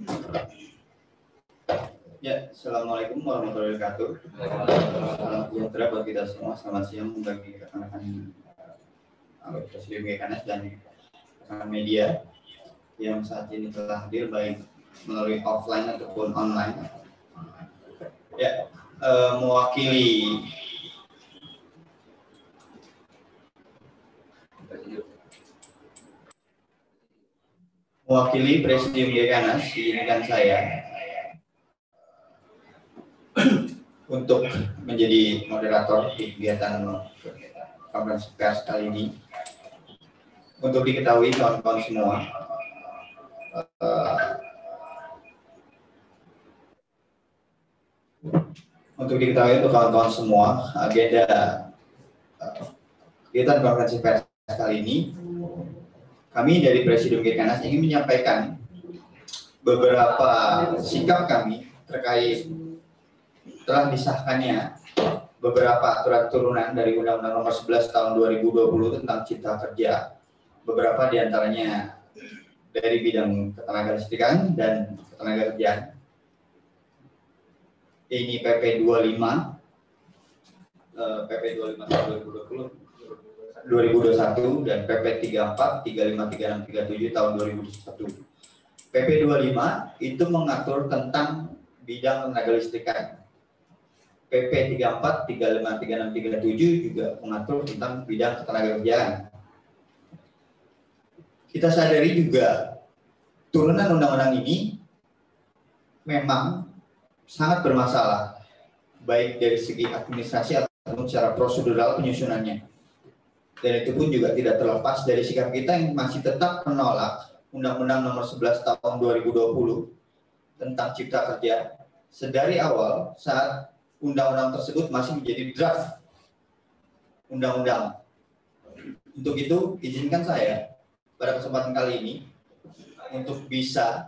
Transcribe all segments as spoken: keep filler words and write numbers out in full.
Ya, assalamualaikum warahmatullahi wabarakatuh. Salam sejahtera buat kita semua. Selamat siang bagi rekan-rekan anggota Presidium Gekanas dan rekan media yang saat ini telah hadir baik melalui offline ataupun online. Ya, eh, mewakili mewakili Presidium Gekanas diizinkan saya untuk menjadi moderator di kegiatan konferensi pers kali ini. Untuk diketahui kawan-kawan semua, uh, untuk diketahui untuk kawan-kawan semua, agenda uh, kegiatan konferensi pers kali ini, kami dari Presidium Gekanas ingin menyampaikan beberapa sikap kami terkait telah disahkannya beberapa aturan turunan dari Undang-Undang Nomor sebelas Tahun dua ribu dua puluh tentang Cipta Kerja, beberapa diantaranya dari bidang ketenagalistrikan dan ketenagakerjaan. Ini P P dua puluh lima, P P dua puluh lima tahun dua ribu dua puluh, dua ribu dua puluh satu dan P P tiga puluh empat, tiga puluh lima, tiga puluh enam, tiga puluh tujuh tahun dua ribu dua puluh satu. P P dua puluh lima itu mengatur tentang bidang ketenagalistrikan. P P tiga puluh empat, tiga puluh lima, tiga puluh enam, tiga puluh tujuh juga mengatur tentang bidang ketenagakerjaan. Kita sadari juga turunan undang-undang ini memang sangat bermasalah, baik dari segi administrasi ataupun secara prosedural penyusunannya. Dan itu pun juga tidak terlepas dari sikap kita yang masih tetap menolak Undang-Undang Nomor sebelas Tahun dua ribu dua puluh tentang Cipta Kerja sedari awal saat undang-undang tersebut masih menjadi draft undang-undang. Untuk itu, izinkan saya pada kesempatan kali ini untuk bisa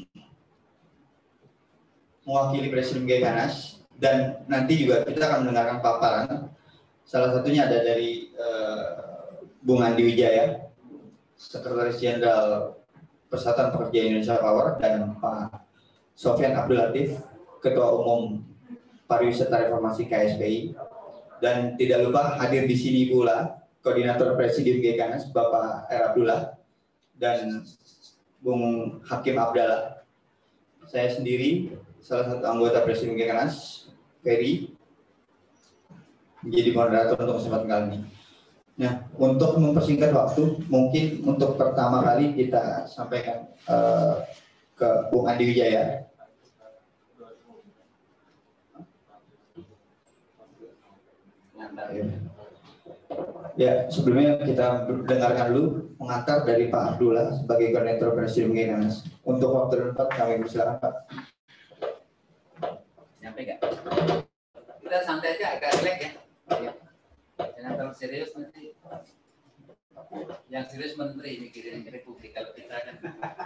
mewakili Presidium Gekanas, dan nanti juga kita akan mendengarkan paparan. Salah satunya ada dari uh, Bung Andi Wijaya, Sekretaris Jenderal Persatuan Pekerja Indonesia Power, dan Pak Sofyan Abdul Latif, Ketua Umum Pariwisata Reformasi K S P I, dan tidak lupa hadir di sini pula Koordinator Presidium Gekanas Bapak R. Abdullah dan Bung Hakim Abdallah. Saya sendiri salah satu anggota Presidium Gekanas, Ferry, menjadi moderator untuk kesempatan kali ini. Nah, untuk mempersingkat waktu, mungkin untuk pertama kali kita sampaikan uh, ke Bung Andi Wijaya. Ya, sebelumnya kita dengarkan dulu pengantar dari Pak Abdullah sebagai Koordinator Presidium Gekanas. Untuk waktu dan tempat kami persilakan Pak. Sampai nggak? Kita santai aja, agak relax ya. Jangan terlalu serius nanti. Yang serius menteri mikirin Republik, kalau kita kan.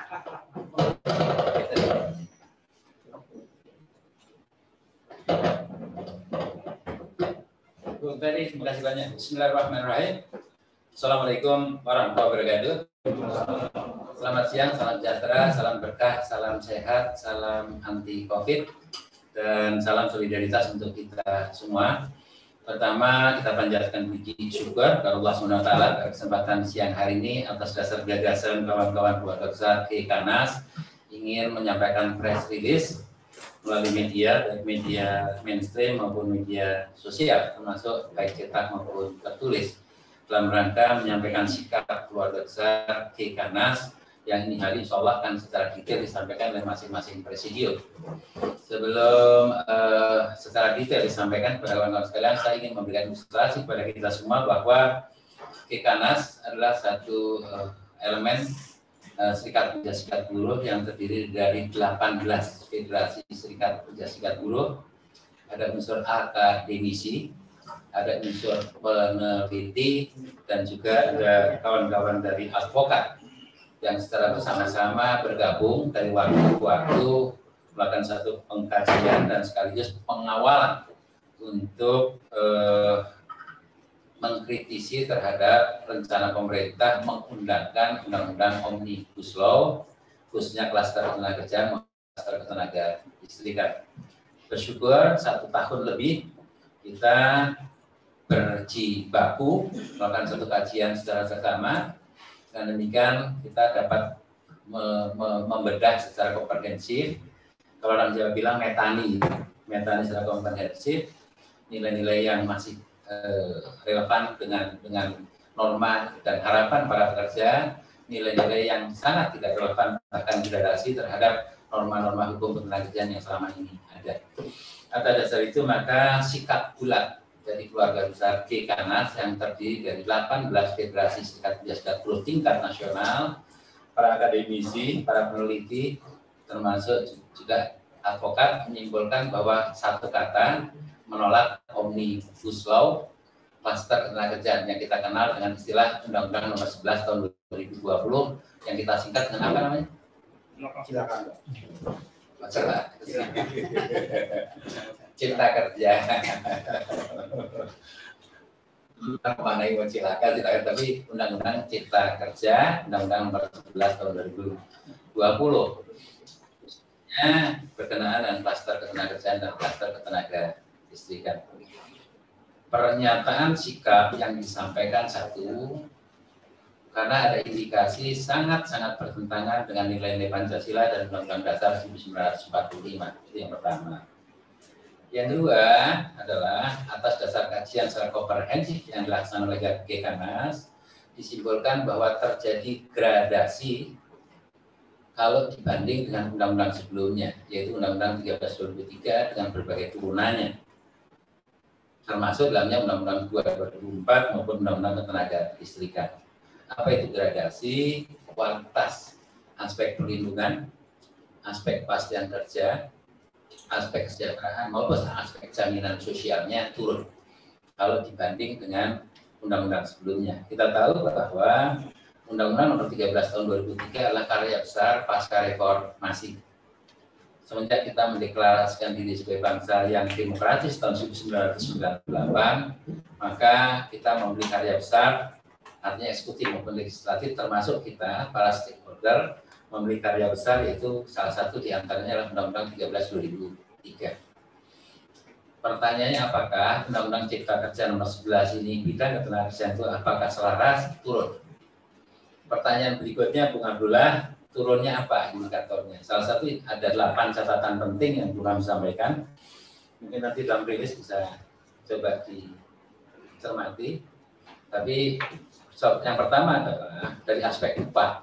Bu Ferry, terima kasih banyak. Bismillahirrahmanirrahim. Assalamualaikum warahmatullahi wabarakatuh. Selamat siang, salam sejahtera, salam berkah, salam sehat, salam anti COVID, dan salam solidaritas untuk kita semua. Pertama, kita panjatkan puji syukur kepada Allah subhanahu wa taala pada kesempatan siang hari ini atas dasar gagasan kawan-kawan keluarga besar Gekanas ingin menyampaikan press release melalui media, baik media mainstream maupun media sosial, termasuk baik cetak maupun tertulis, dalam rangka menyampaikan sikap keluarga besar Gekanas yang ini hari insya Allah akan secara detail disampaikan oleh masing-masing presidium. Sebelum uh, secara detail disampaikan kepada kawan-kawan sekalian, saya ingin memberikan ilustrasi kepada kita semua bahwa Gekanas adalah satu uh, elemen uh, Serikat Pekerja Serikat Buruh yang terdiri dari delapan belas federasi Serikat Pekerja Serikat Buruh. Ada unsur akademisi, ada unsur peneliti, dan juga ada kawan-kawan dari advokat yang secara bersama-sama bergabung dari waktu ke waktu melakukan satu pengkajian dan sekaligus pengawalan untuk eh, mengkritisi terhadap rencana pemerintah mengundangkan undang-undang Omnibus Law, khususnya klaster ketenagakerjaan klaster ketenaga listrikan. Bersyukur satu tahun lebih kita berjibaku melakukan satu kajian secara seksama. Dengan demikian kita dapat me me membedah secara komprehensif. Kalau orang Jawa bilang metani, metani secara komprehensif, nilai-nilai yang masih eh, relevan dengan dengan norma dan harapan para pekerja, nilai-nilai yang sangat tidak relevan bahkan degradasi terhadap norma-norma hukum ketenagakerjaan yang selama ini ada. Atas dasar itu maka sikap bulat dari keluarga besar G-Kanas yang terdiri dari delapan belas federasi serikat kerja serikat tingkat nasional, para akademisi, para peneliti, termasuk juga advokat menyimpulkan bahwa satu kata menolak Omnibus Law klaster ketenagakerjaan yang kita kenal dengan istilah Undang-Undang Nomor sebelas Tahun dua ribu dua puluh yang kita singkat dengan apa namanya? Silakan. Masalah Cipta Kerja. Mana yang silakan, silakan, tapi Undang-Undang Cipta Kerja, Undang-Undang Nomor sebelas Tahun dua ribu dua puluh, khususnya berkenaan dengan klaster ketenagakerjaan dan klaster ketenaga listrikan. Pernyataan sikap yang disampaikan satu, karena ada indikasi sangat-sangat bertentangan dengan nilai-nilai Pancasila dan Undang-Undang Dasar seribu sembilan ratus empat puluh lima. Itu yang pertama. Yang kedua adalah atas dasar kajian secara komprehensif yang dilaksanakan oleh G-Kanas, disimpulkan bahwa terjadi gradasi kalau dibanding dengan undang-undang sebelumnya, yaitu Undang-Undang tiga belas dua ribu tiga dengan berbagai turunannya, termasuk dalamnya Undang-Undang dua dua ribu empat maupun Undang-Undang Ketenaga Listrikan. Apa itu gradasi? Kualitas aspek perlindungan, aspek kepastian kerja, aspek kesejahteraan maupun aspek jaminan sosialnya turun kalau dibanding dengan undang-undang sebelumnya. Kita tahu bahwa Undang-Undang Nomor tiga belas Tahun dua ribu tiga adalah karya besar pasca reformasi. Semenjak kita mendeklarasikan diri sebagai bangsa yang demokratis tahun seribu sembilan ratus sembilan puluh delapan, maka kita membeli karya besar, artinya eksekutif maupun legislatif, termasuk kita para stakeholder membeli karya besar, yaitu salah satu diantaranya adalah Undang-Undang tiga belas dua ribu tiga. Pertanyaannya, apakah Undang-Undang Cipta Kerja Nomor sebelas ini bidang ketenagakerjaan itu apakah selaras? Turun. Pertanyaan berikutnya, Bung Abdullah, turunnya apa indikatornya? Salah satu ada delapan catatan penting yang Bung Ram sampaikan. Mungkin nanti dalam rilis bisa coba dicermati. Tapi yang pertama adalah dari aspek upah.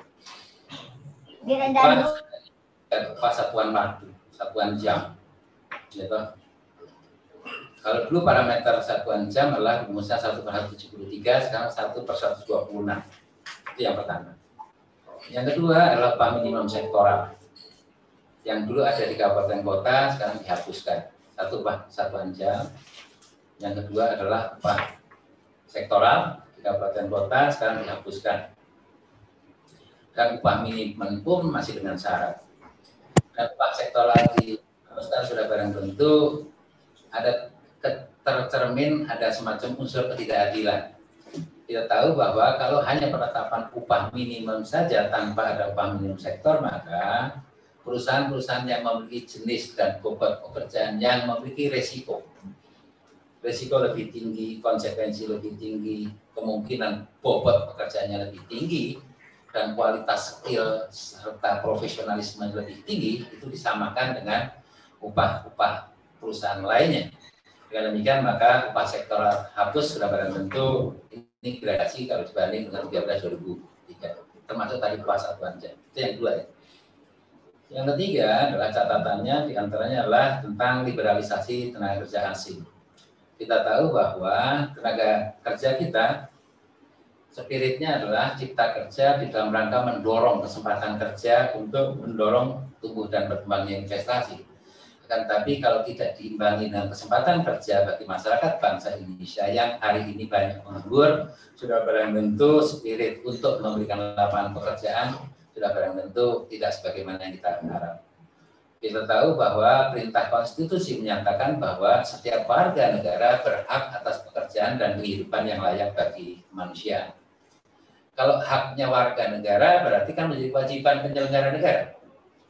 Upah, upah satuan waktu, satuan jam. Gitu. Kalau dulu parameter satuan jam adalah rumusnya satu per seratus tujuh puluh tiga, sekarang satu per seratus dua puluh enam. Itu yang pertama. Yang kedua adalah upah minimum sektoral. Yang dulu ada di kabupaten kota, sekarang dihapuskan. Satu upah satuan jam. Yang kedua adalah upah sektoral di kabupaten kota, sekarang dihapuskan. Dan upah minimum pun masih dengan syarat. Dan upah sektoral dihapuskan sudah barang tentu ada tercermin ada semacam unsur ketidakadilan. Kita tahu bahwa kalau hanya penetapan upah minimum saja tanpa ada upah minimum sektor, maka perusahaan-perusahaan yang memiliki jenis dan bobot pekerjaan yang memiliki resiko, resiko lebih tinggi, konsekuensi lebih tinggi, kemungkinan bobot pekerjaannya lebih tinggi, dan kualitas skill serta profesionalisme lebih tinggi, itu disamakan dengan upah-upah perusahaan lainnya. Dengan demikian maka upah sektoral hapus sudah barang tentu ini gradasi kalau dibanding dengan tiga belas dua ribu tiga, termasuk tadi upah satuan jam. Itu yang kedua ya. Yang ketiga adalah catatannya diantaranya adalah tentang liberalisasi tenaga kerja asing. Kita tahu bahwa tenaga kerja kita spiritnya adalah cipta kerja di dalam rangka mendorong kesempatan kerja untuk mendorong tumbuh dan berkembangnya investasi. Akan tapi kalau tidak diimbangi dengan kesempatan kerja bagi masyarakat bangsa Indonesia yang hari ini banyak menganggur, sudah barang tentu spirit untuk memberikan lapangan pekerjaan sudah barang tentu tidak sebagaimana yang kita harap. Kita tahu bahwa perintah konstitusi menyatakan bahwa setiap warga negara berhak atas pekerjaan dan kehidupan yang layak bagi manusia. Kalau haknya warga negara berarti kan menjadi kewajiban penyelenggara negara.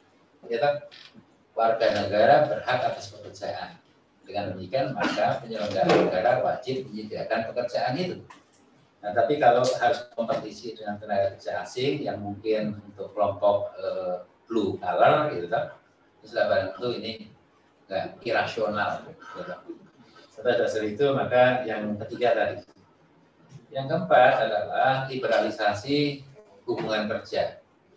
kita warga negara berhak atas pekerjaan. Dengan demikian maka penyelenggara negara wajib menyediakan pekerjaan itu. Nah, tapi kalau harus kompetisi dengan tenaga kerja asing yang mungkin untuk kelompok eh, blue collar gitu kan, sudah barang tentu ini enggak irasional. Gitu. Setelah dasar itu maka yang ketiga tadi. Yang keempat adalah liberalisasi hubungan kerja.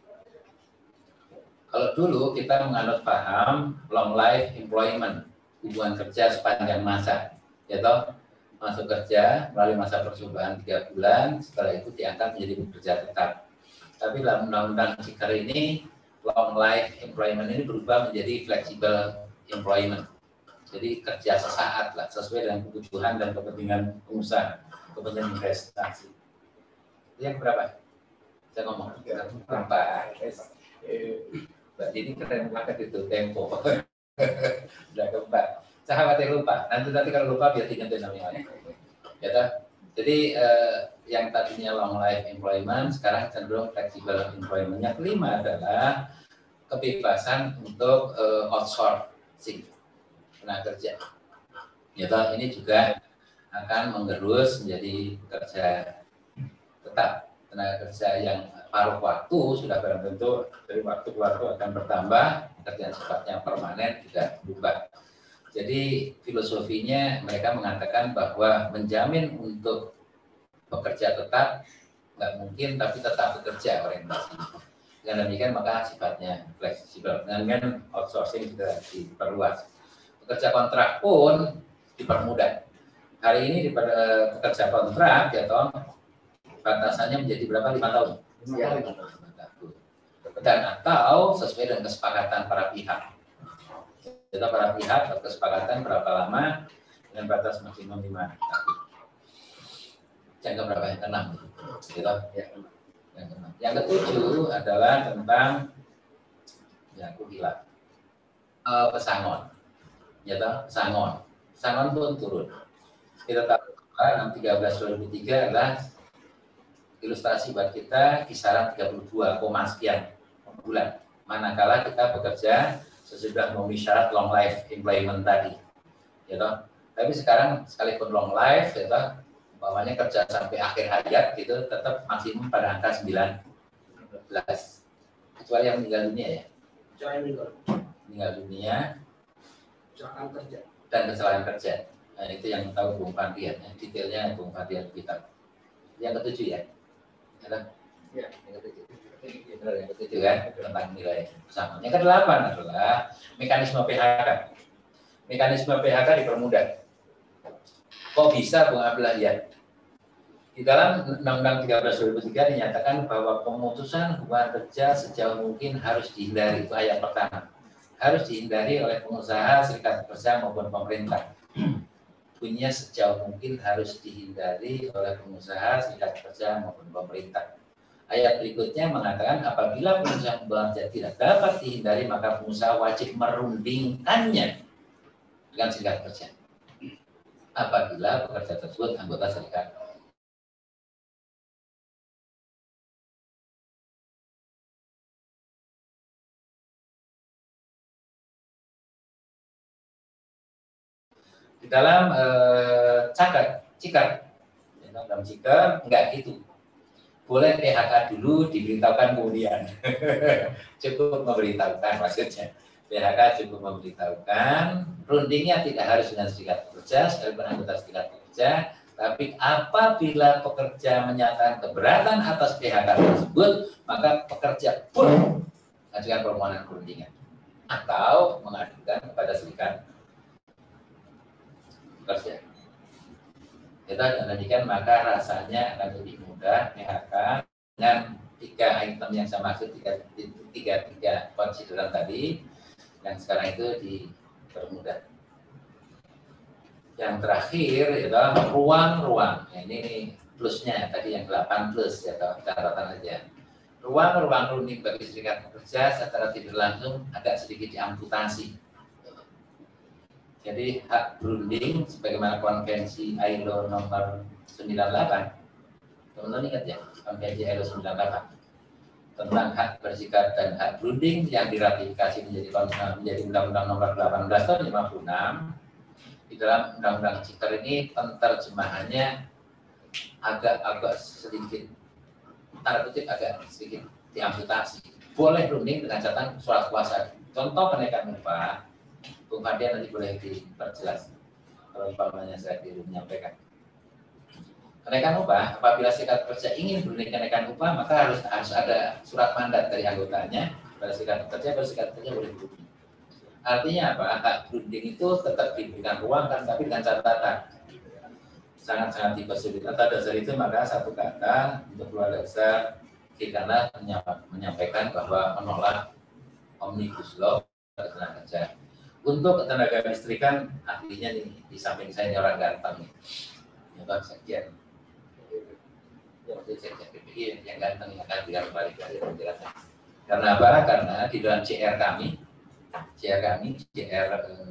Kalau dulu kita menganut paham long life employment, hubungan kerja sepanjang masa, ya toh, masuk kerja melalui masa percobaan tiga bulan, setelah itu diangkat menjadi pekerja tetap. Tapi dalam undang-undang Cipta ini, long life employment ini berubah menjadi flexible employment. Jadi kerja sesaat lah, sesuai dengan kebutuhan dan kepentingan pengusaha, kepentingan investasi. Yang berapa? Saya ngomong keempat. Mbak ini keren banget itu tempo. Udah keempat. Saya khawatir lupa. Nanti nanti kalau lupa biar diganti namanya. Ya, jadi eh, yang tadinya long life employment sekarang cenderung flexible employment. Yang kelima adalah kebebasan untuk eh, outsourcing tenaga kerja. Ya, ini juga akan menggerus menjadi kerja tetap, tenaga kerja yang paruh waktu sudah barang tentu dari waktu ke waktu akan bertambah, pekerjaan sifatnya permanen juga berubah. Jadi filosofinya mereka mengatakan bahwa menjamin untuk bekerja tetap nggak mungkin, tapi tetap bekerja orientasi. Dengan demikian maka sifatnya fleksibel. Dengan outsourcing juga diperluas. Pekerja kontrak pun dipermudah. Hari ini di pekerja kontrak ya toh batasannya menjadi berapa? lima tahun. Ya, dan atau sesuai dengan kesepakatan para pihak. Kita para pihak kesepakatan berapa lama dengan batas maksimum lima tahun. Jangka berapa yang keenam? Gitu. Ya. Yang keenam. Yang ketujuh adalah tentang ya aku bilang uh, pesangon. Ya toh, pesangon. Pesangon pun turun. Kita tahu enam tiga belas dua ribu tiga adalah ilustrasi buat kita kisaran tiga puluh dua, sekian bulan. Manakala kita bekerja sesudah memenuhi syarat long life employment tadi. Ya toh. Tapi sekarang sekalipun long life ya toh, umpamanya kerja sampai akhir hayat gitu tetap maksimum pada angka sembilan belas. Kecuali yang meninggal dunia ya. Kecuali meninggal dunia. Kecelakaan kerja. Dan kecelakaan kerja. Nah, itu yang tahu Bung Fadlian, ya. Detailnya Bung Fadlian kita. Yang ketujuh ya. Ya, yang ketujuh. Yang ketujuh kan tentang nilai pesangon. Yang kedelapan adalah mekanisme P H K. Mekanisme P H K dipermudah. Kok bisa Bung Abdullah ya? Di dalam Undang-Undang tiga belas dua ribu tiga dinyatakan bahwa pemutusan hubungan kerja sejauh mungkin harus dihindari. Itu ayat pertama. Harus dihindari oleh pengusaha, serikat pekerja maupun pemerintah. Bunyinya sejauh mungkin harus dihindari oleh pengusaha, serikat pekerja maupun pemerintah. Ayat berikutnya mengatakan apabila pemutusan hubungan kerja tidak dapat dihindari maka pengusaha wajib merundingkannya dengan serikat pekerja. Apabila pekerja tersebut anggota serikat. Di dalam eh, cakat, cikat, dalam cikat enggak gitu. Boleh P H K dulu diberitahukan kemudian. Cukup memberitahukan maksudnya. P H K cukup memberitahukan, rundingnya tidak harus dengan serikat pekerja, sekalipun anggota serikat pekerja, tapi apabila pekerja menyatakan keberatan atas P H K tersebut, maka pekerja pun mengajukan permohonan perundingan atau mengadukan kepada serikat pekerja. Kita demikian maka rasanya akan lebih mudah P H K dengan tiga item yang saya maksud, tiga tiga tiga konsideran tadi yang sekarang itu dipermudah. Yang terakhir adalah ruang-ruang. Nah, ini plusnya tadi yang delapan plus ya, catatan aja. Ruang-ruang runding bagi serikat pekerja secara tidak langsung agak sedikit diamputasi. Jadi hak berunding sebagaimana konvensi I L O nomor sembilan puluh delapan. Teman-teman ingat ya, konvensi I L O sembilan puluh delapan. tentang hak berserikat dan hak berunding yang diratifikasi menjadi menjadi Undang-Undang Nomor delapan belas Tahun lima puluh enam. Di dalam Undang-Undang Cipta ini penerjemahannya agak-agak sedikit, tanda kutip agak sedikit diamputasi. Boleh berunding dengan catatan surat kuasa. Contoh kenaikan upah, Bung Fadian nanti boleh diperjelas kalau umpamanya saya menyampaikan. Kenaikan upah, apabila serikat pekerja ingin berunding kenaikan upah, maka harus harus ada surat mandat dari anggotanya pada serikat pekerja, pada serikat pekerja boleh berunding. Artinya apa? Hak berunding itu tetap diberikan ruang kan, tapi dengan catatan sangat-sangat dipersulit. Atas dasar itu maka satu kata untuk keluarga besar Kikanas menyampaikan bahwa menolak Omnibus Law ketenaga kerja. Untuk ketenaga listrikan, ahlinya nih di samping saya ini orang ganteng nih, ya Pak Sekjen. Sekjen P P I yang ganteng yang akan bilang balik dari penjelasan. Karena apa? Karena di dalam C R kami C R kami, C R eh,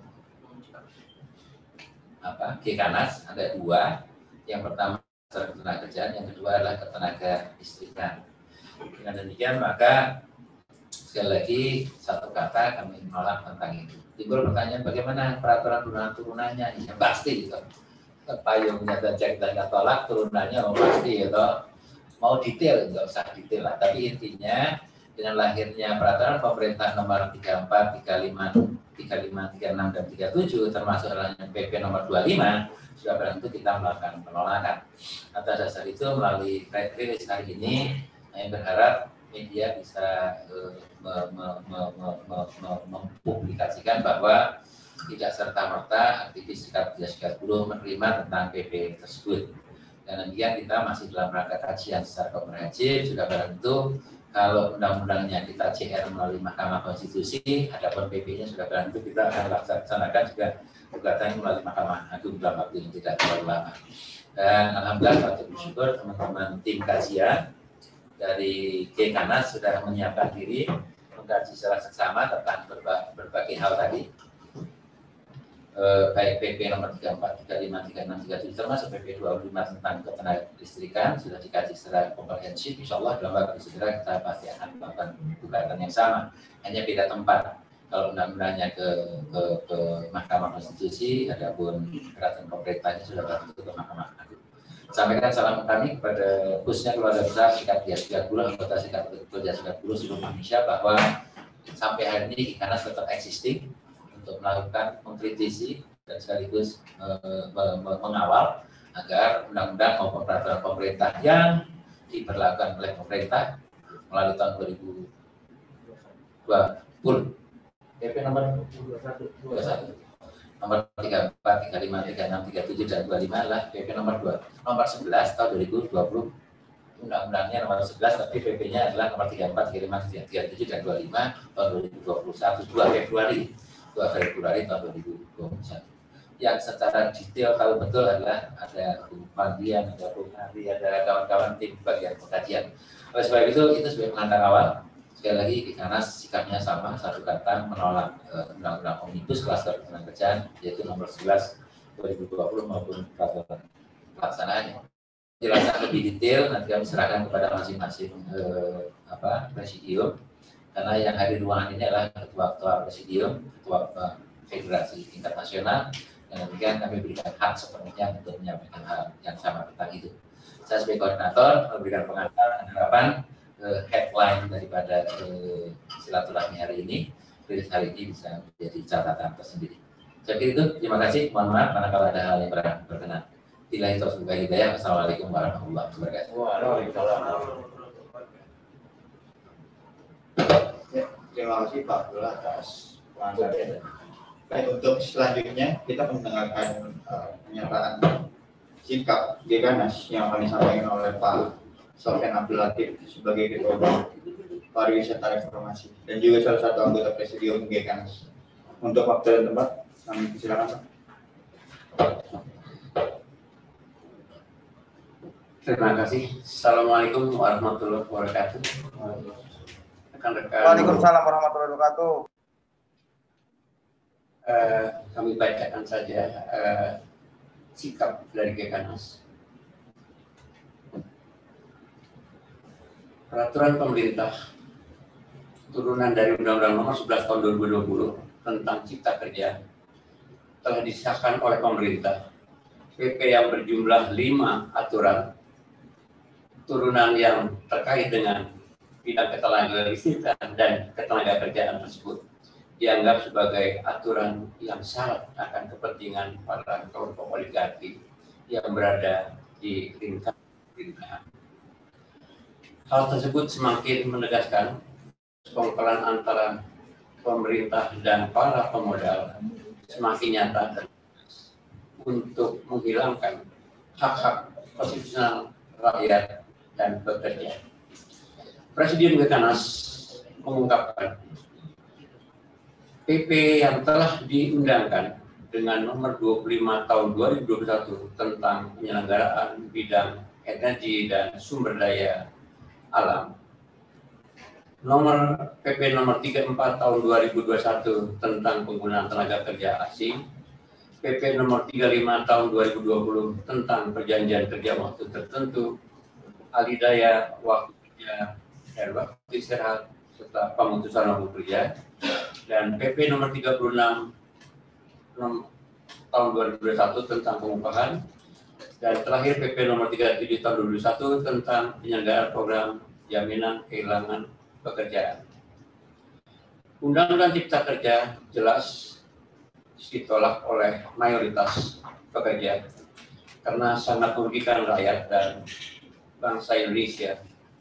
apa? Kikanas ada dua. Yang pertama ketenaga kerjaan, yang kedua adalah ketenaga listrikan. Dengan demikian maka sekali lagi satu kata kami menolak tentang itu. Timbul pertanyaan bagaimana peraturan turunan-turunannya? Ya pasti gitu. Payungnya dan cek dan tolak, turunannya mau pasti gitu. Mau detail enggak usah detail lah, tapi intinya dengan lahirnya peraturan pemerintah nomor tiga puluh empat, tiga puluh lima, tiga puluh lima, tiga puluh enam, dan tiga puluh tujuh termasuk halnya P P nomor dua puluh lima sudah berarti kita melakukan penolakan. Atas dasar itu melalui press release hari ini saya berharap media bisa uh, me, me, me, me, me, me, mempublikasikan bahwa tidak serta-merta aktivis serikat pekerja serikat buruh menerima tentang P P tersebut. Dan demikian kita masih dalam rangka kajian secara komprehensif. Sudah barang itu kalau undang-undangnya kita C R melalui Mahkamah Konstitusi, adapun P P-nya sudah barang itu kita akan laksanakan juga gugatan melalui Mahkamah Agung dalam waktu yang tidak terlalu lama. Dan alhamdulillah patut bersyukur teman-teman tim kajian dari Kikanas sudah menyiapkan diri mengkaji secara seksama tentang berbagai, berbagai hal tadi. Eh, baik P P nomor tiga puluh empat, tiga puluh lima, tiga puluh enam, tiga puluh tujuh termasuk P P dua puluh lima tentang ketenaga listrikan sudah dikaji secara komprehensif. Insya Allah dalam waktu segera kita pasti akan melakukan gugatan yang sama, hanya beda tempat. Kalau undang-undangnya ke, ke, ke Mahkamah Konstitusi, adapun peraturan pemerintahnya sudah berlaku ke Mahkamah Agung. Sampaikan salam kami kepada khususnya keluarga besar serikat pekerja serikat buruh, anggota serikat pekerja serikat buruh seluruh Indonesia bahwa sampai hari ini Kikanas tetap existing untuk melakukan mengkritisi dan sekaligus uh, mengawal agar undang-undang maupun peraturan pemerintah yang diberlakukan oleh pemerintah melalui tahun dua ribu dua puluh P P nomor dua puluh satu nomor tiga puluh empat, tiga puluh lima, tiga puluh enam, tiga puluh tujuh dan dua puluh lima adalah P P nomor dua nomor sebelas tahun dua ribu dua puluh. Undang-undangnya nomor sebelas tapi P P-nya adalah nomor tiga puluh empat, tiga puluh lima, tiga puluh tujuh dan dua puluh lima tahun dua ribu dua puluh satu, dua Februari dua Februari tahun dua ribu dua puluh satu. Yang secara detail tahu betul adalah ada Bung Fadian, ada Bung Ari, ada kawan-kawan tim bagian pengkajian. Oleh sebab itu, itu sebagai pengantar awal. Sekali lagi, Kikanas sikapnya sama, satu kata menolak uh, Undang-Undang Omnibus Klaster Ketenagakerjaan, yaitu nomor sebelas dua ribu dua puluh maupun peraturan pelaksanaannya. Jelaskan lebih detail nanti kami serahkan kepada masing-masing uh, apa presidium. Karena yang hadir di ruangan ini adalah ketua-ketua presidium, ketua-ketua federasi tingkat nasional, dan demikian kami berikan hak sepenuhnya untuk menyampaikan hal yang sama tentang itu. Saya sebagai koordinator memberikan pengantar harapan uh, headline daripada uh, silaturahmi hari ini, rilis hari ini bisa menjadi catatan tersendiri. Saya pikir itu, terima kasih, mohon maaf karena kalau ada hal yang berkenan. Billahi taufiq wal hidayah. Wassalamualaikum warahmatullahi wabarakatuh. Waalaikumsalam. Ya, terima kasih Pak Abdullah atas pengantarnya. Baik, untuk selanjutnya kita mendengarkan uh, pernyataan sikap Kikanas yang akan disampaikan oleh Pak Sofyan Abdul Latif sebagai Ketua Pariwisata Reformasi dan juga salah satu anggota Presidium Kikanas. Untuk waktu dan tempat, kami silakan Pak. Terima kasih. Assalamualaikum warahmatullahi wabarakatuh. Rekan-rekan. Waalaikumsalam warahmatullahi wabarakatuh. Uh, kami bacakan saja uh, sikap dari Kikanas. peraturan pemerintah turunan dari Undang-Undang Nomor sebelas Tahun dua ribu dua puluh tentang Cipta Kerja telah disahkan oleh pemerintah. P P yang berjumlah lima aturan turunan yang terkait dengan bidang ketenagalistrikan dan ketenagakerjaan tersebut dianggap sebagai aturan yang syarat akan kepentingan para kelompok oligarki yang berada di lingkar pemerintahan. Hal tersebut semakin menegaskan sekongkolan antara pemerintah dan para pemodal semakin nyata untuk menghilangkan hak-hak konstitusional rakyat dan pekerja. Presiden Gekanas mengungkapkan P P yang telah diundangkan dengan nomor dua puluh lima tahun dua ribu dua puluh satu tentang penyelenggaraan bidang energi dan sumber daya alam, nomor P P nomor tiga puluh empat tahun dua ribu dua puluh satu tentang penggunaan tenaga kerja asing, P P nomor tiga puluh lima tahun dua ribu dua puluh tentang perjanjian kerja waktu tertentu, alih daya waktu kerja dan waktu istirahat serta pemutusan waktu kerja, dan P P nomor tiga puluh enam tahun dua ribu dua puluh satu tentang pengupahan, dan terakhir P P nomor tiga puluh tujuh tahun dua ribu dua puluh satu tentang penyelenggaraan program jaminan kehilangan pekerjaan. Undang-Undang Cipta Kerja jelas ditolak oleh mayoritas pekerja karena sangat merugikan rakyat dan bangsa Indonesia.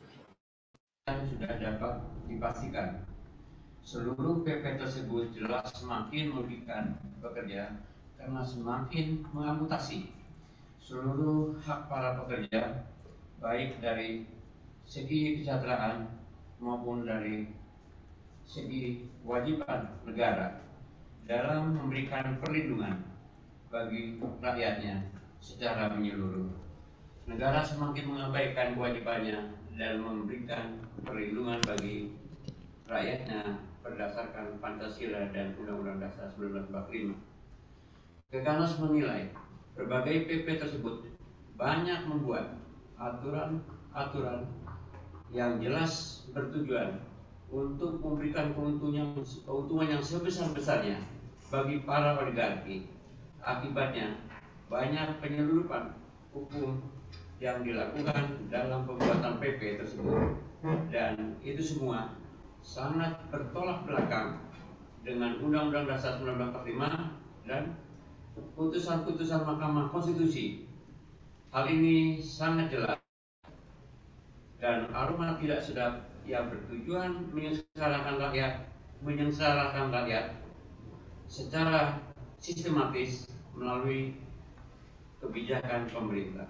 Sudah dapat dipastikan seluruh P P tersebut jelas semakin merugikan pekerja karena semakin mengamputasi seluruh hak para pekerja, baik dari segi kesejahteraan maupun dari segi kewajiban negara dalam memberikan perlindungan bagi rakyatnya secara menyeluruh. Negara semakin mengabaikan kewajibannya dan memberikan perlindungan bagi rakyatnya berdasarkan Pancasila dan Undang-Undang Dasar seribu sembilan ratus empat puluh lima. Gekanas menilai berbagai P P tersebut banyak membuat aturan-aturan yang jelas bertujuan untuk memberikan keuntungan, keuntungan yang sebesar-besarnya bagi para oligarki. Akibatnya banyak penyelundupan hukum yang dilakukan dalam pembuatan P P tersebut, dan itu semua sangat bertolak belakang dengan Undang-Undang Dasar seribu sembilan ratus empat puluh lima dan putusan-putusan Mahkamah Konstitusi. Hal ini sangat jelas dan aroma tidak sedap yang bertujuan menyengsarakan rakyat, menyengsarakan rakyat secara sistematis melalui kebijakan pemerintah.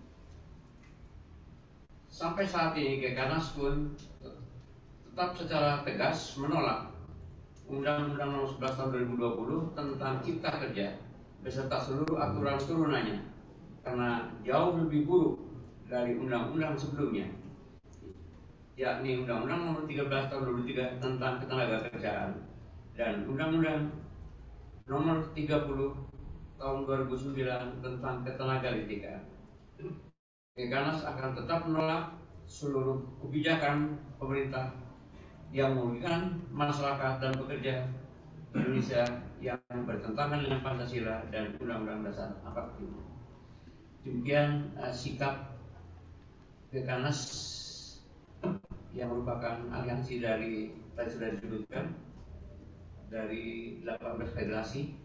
Sampai saat ini Gekanas pun tetap secara tegas menolak Undang-Undang Nomor sebelas Tahun dua ribu dua puluh tentang Cipta Kerja beserta seluruh aturan turunannya karena jauh lebih buruk dari undang-undang sebelumnya, yakni Undang-Undang Nomor tiga belas Tahun dua ribu tiga tentang ketenagakerjaan dan Undang-Undang Nomor tiga puluh Tahun dua ribu sembilan tentang ketenagalistrikan. Gekanas akan tetap menolak seluruh kebijakan pemerintah yang merugikan masyarakat dan pekerja Indonesia yang bertentangan dengan Pancasila dan Undang-Undang Dasar empat puluh lima. Demikian uh, sikap Gekanas yang merupakan aliansi dari tadi sudah disebutkan dari delapan belas federasi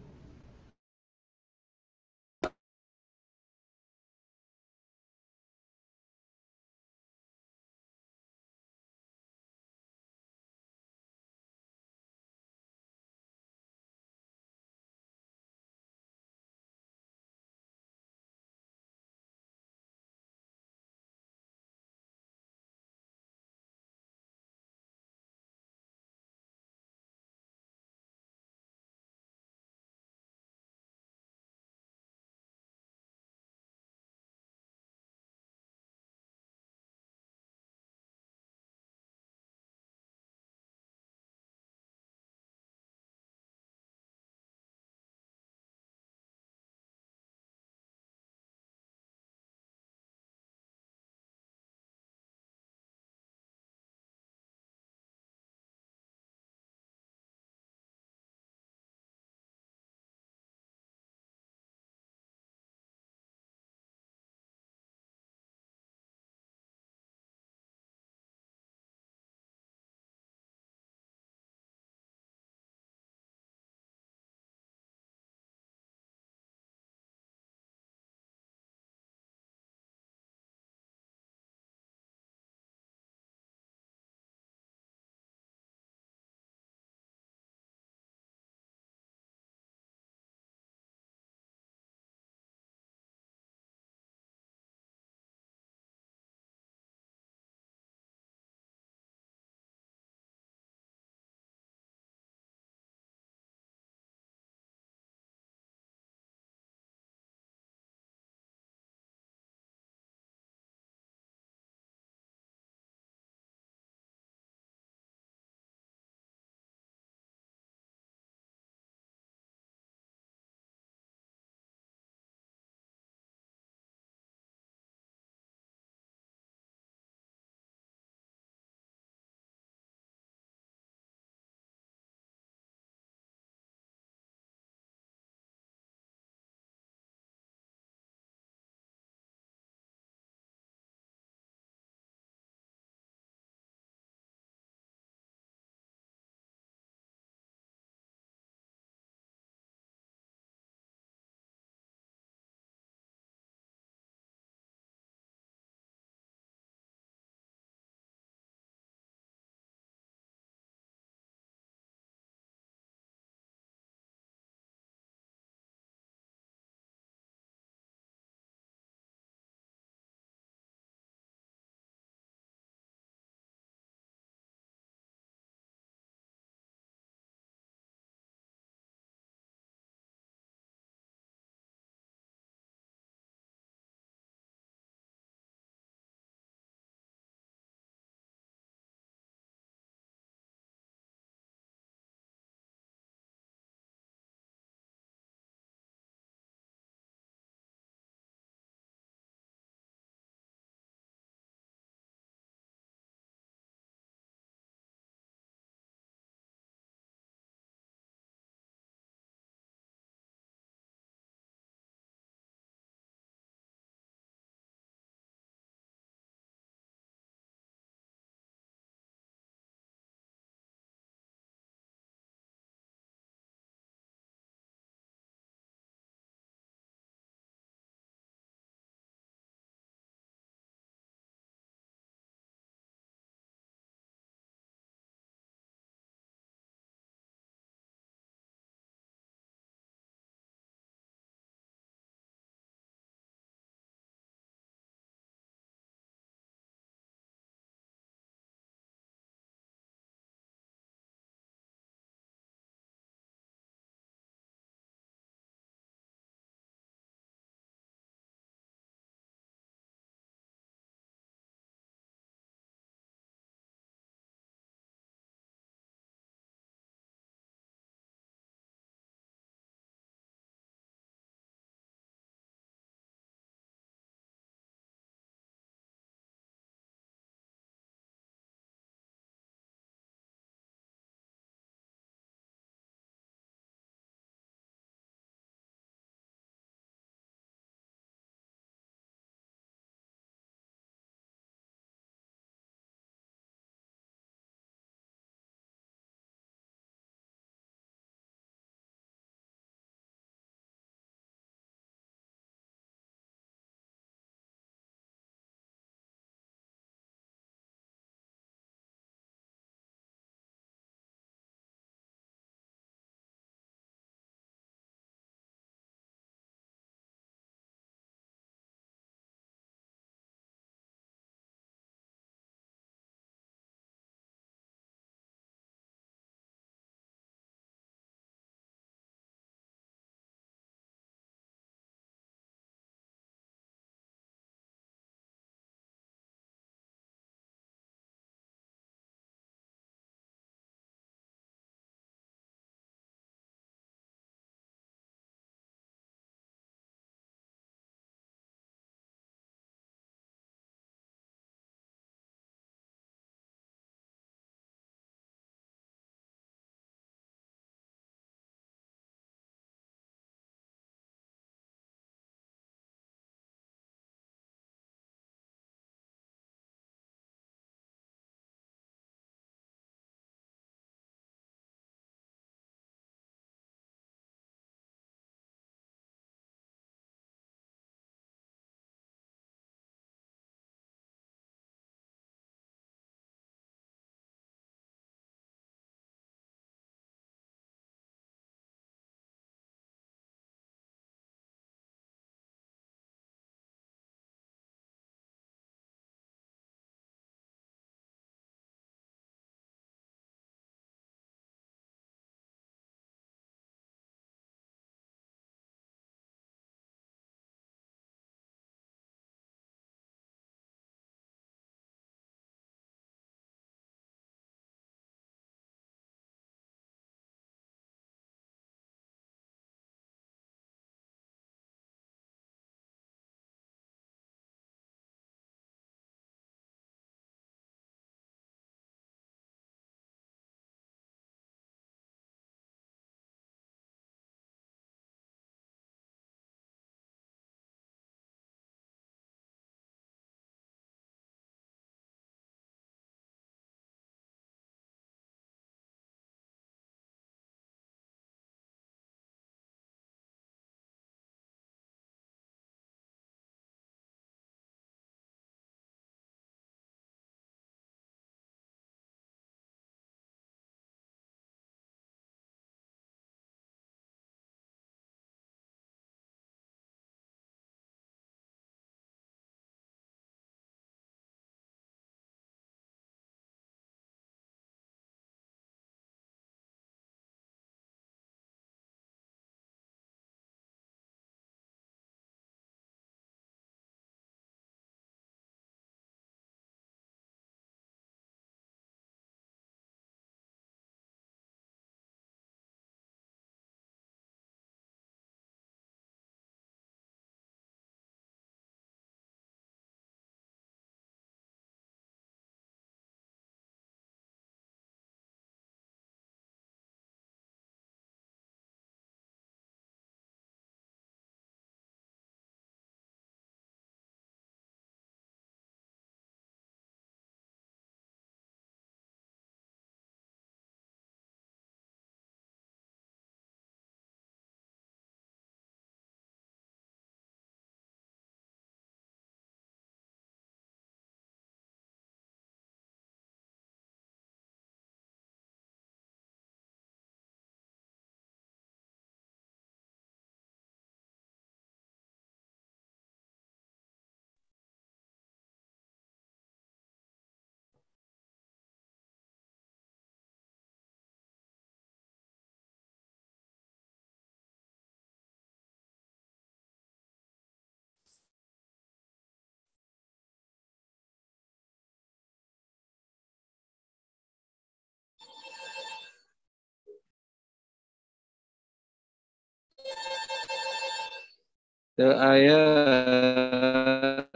ayat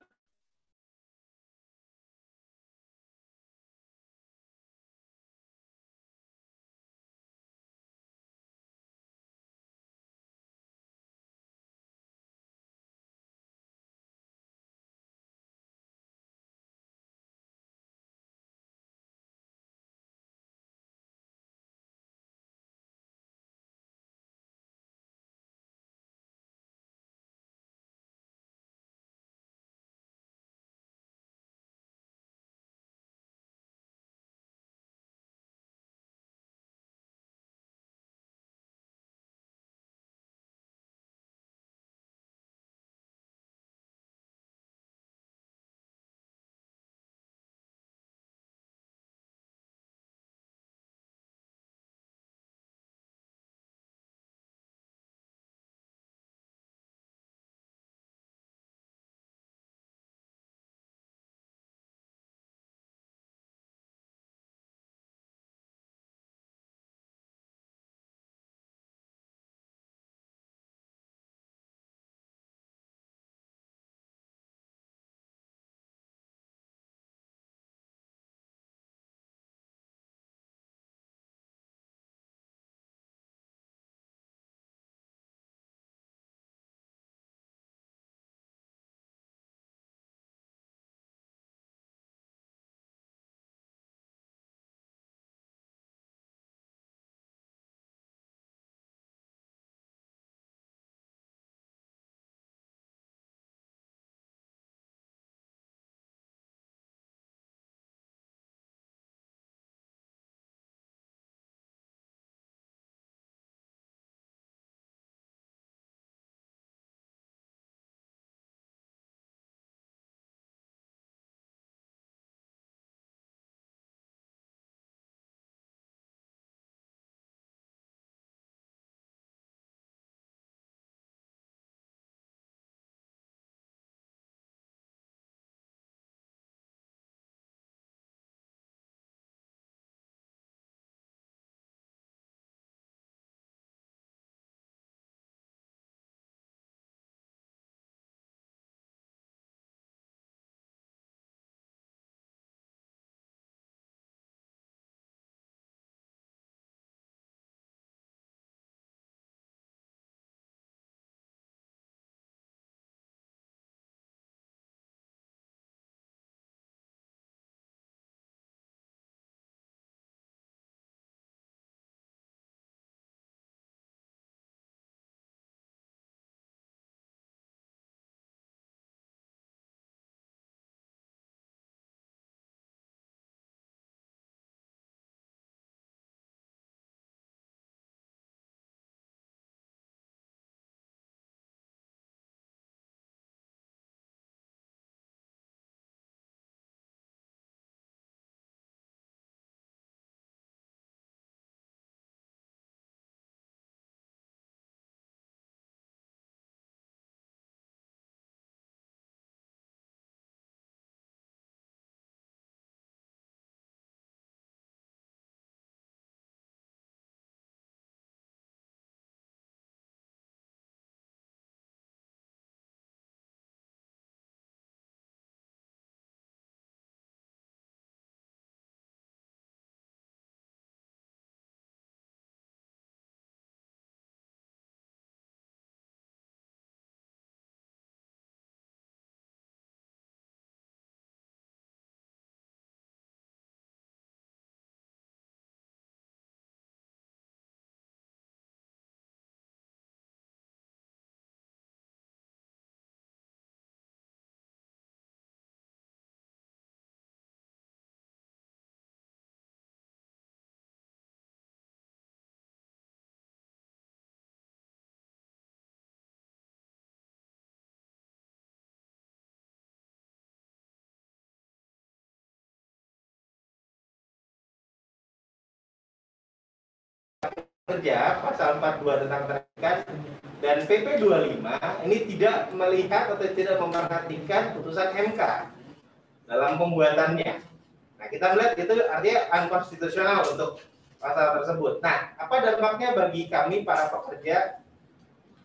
Kerja pasal empat puluh dua tentang terikat dan P P dua puluh lima ini tidak melihat atau tidak memperhatikan putusan M K dalam pembuatannya. Nah, kita melihat itu artinya unkonstitusional untuk pasal tersebut. Nah, apa dampaknya bagi kami para pekerja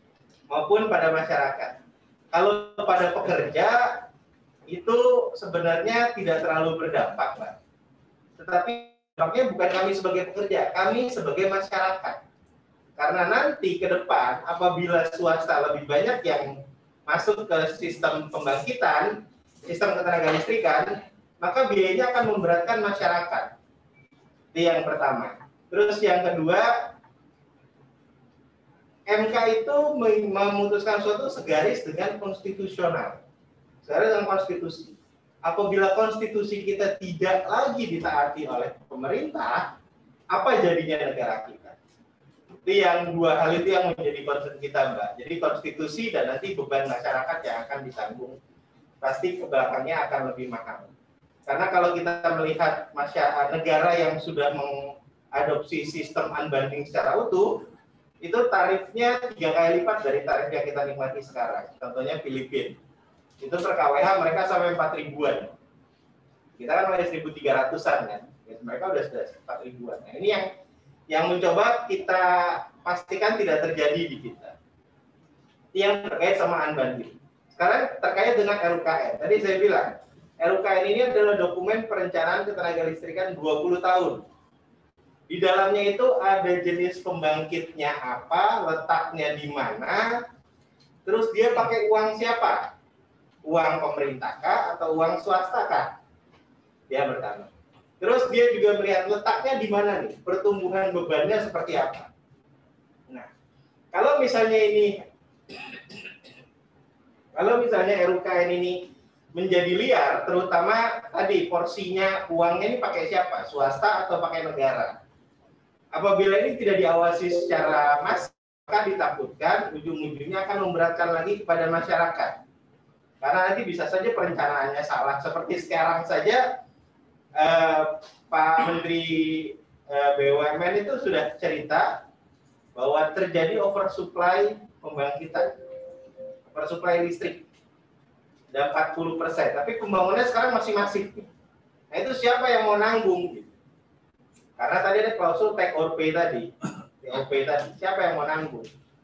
maupun pada masyarakat. Kalau pada pekerja itu sebenarnya tidak terlalu berdampak, Mbak. Tetapi dampaknya bukan kami sebagai pekerja, kami sebagai masyarakat. Karena nanti ke depan apabila swasta lebih banyak yang masuk ke sistem pembangkitan, sistem ketenaga listrikan, maka biayanya akan memberatkan masyarakat. Itu yang pertama. Terus yang kedua, M K itu memutuskan suatu segaris dengan konstitusional, segaris dengan konstitusi. Apabila konstitusi kita tidak lagi ditaati oleh pemerintah, apa jadinya negara kita? Itu yang dua hal itu yang menjadi concern kita, Mbak. Jadi konstitusi dan nanti beban masyarakat yang akan ditanggung pasti ke belakangnya akan lebih mahal. Karena kalau kita melihat masyarakat negara yang sudah mengadopsi sistem unbundling secara utuh, itu tarifnya tiga kali lipat dari tarif yang kita nikmati sekarang. Contohnya Filipina. Itu per K W H mereka sampai empat ribuan. Kita kan masih seribu tiga ratusan kan. Mereka udah sudah empat ribuan. Nah, ini yang yang mencoba kita pastikan tidak terjadi di kita. Yang terkait sama unbundling. Sekarang terkait dengan R U K N. Tadi saya bilang, R U K N ini adalah dokumen perencanaan ketenaga listrikan dua puluh tahun. Di dalamnya itu ada jenis pembangkitnya apa, letaknya di mana, terus dia pakai uang siapa? Uang pemerintah kah atau uang swasta kah? Ya pertama. Terus dia juga melihat letaknya di mana nih, pertumbuhan bebannya seperti apa. Nah, kalau misalnya ini, kalau misalnya R U K N ini menjadi liar, terutama tadi porsinya uangnya ini pakai siapa? Swasta atau pakai negara? Apabila ini tidak diawasi secara massal, maka ditakutkan ujung-ujungnya akan memberatkan lagi kepada masyarakat. Karena nanti bisa saja perencanaannya salah. Seperti sekarang saja eh, Pak Menteri eh, B U M N itu sudah cerita bahwa terjadi oversupply pembangkitan, oversupply listrik. Ada empat puluh persen, tapi pembangunannya sekarang masih masif. Nah itu siapa yang mau nanggung? Karena tadi ada klausul take or pay tadi, T O P tadi, siapa yang mau nanggung?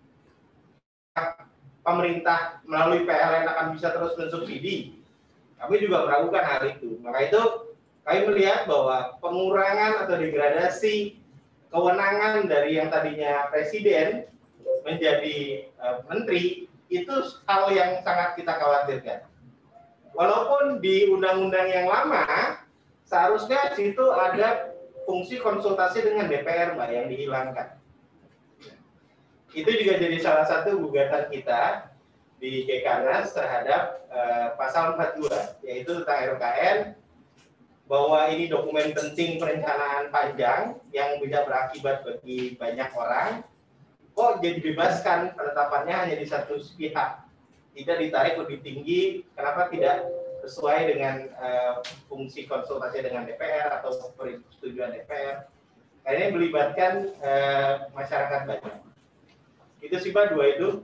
Pemerintah melalui P L N akan bisa terus mensubsidi. Kami juga meragukan hal itu. Maka itu kami melihat bahwa pengurangan atau degradasi kewenangan dari yang tadinya presiden menjadi uh, menteri itu hal yang sangat kita khawatirkan. Walaupun di undang-undang yang lama seharusnya situ ada fungsi konsultasi dengan D P R, Mbak, yang dihilangkan. Itu juga jadi salah satu gugatan kita di Kekarnas terhadap uh, pasal empat puluh dua, yaitu tentang R U K N, bahwa ini dokumen penting perencanaan panjang yang bisa berakibat bagi banyak orang. Kok jadi bebaskan penetapannya hanya di satu pihak, tidak ditarik lebih tinggi? Kenapa tidak sesuai dengan uh, fungsi konsultasi dengan D P R atau persetujuan D P R? Nah, ini melibatkan uh, masyarakat banyak. Itu sih Pak, dua itu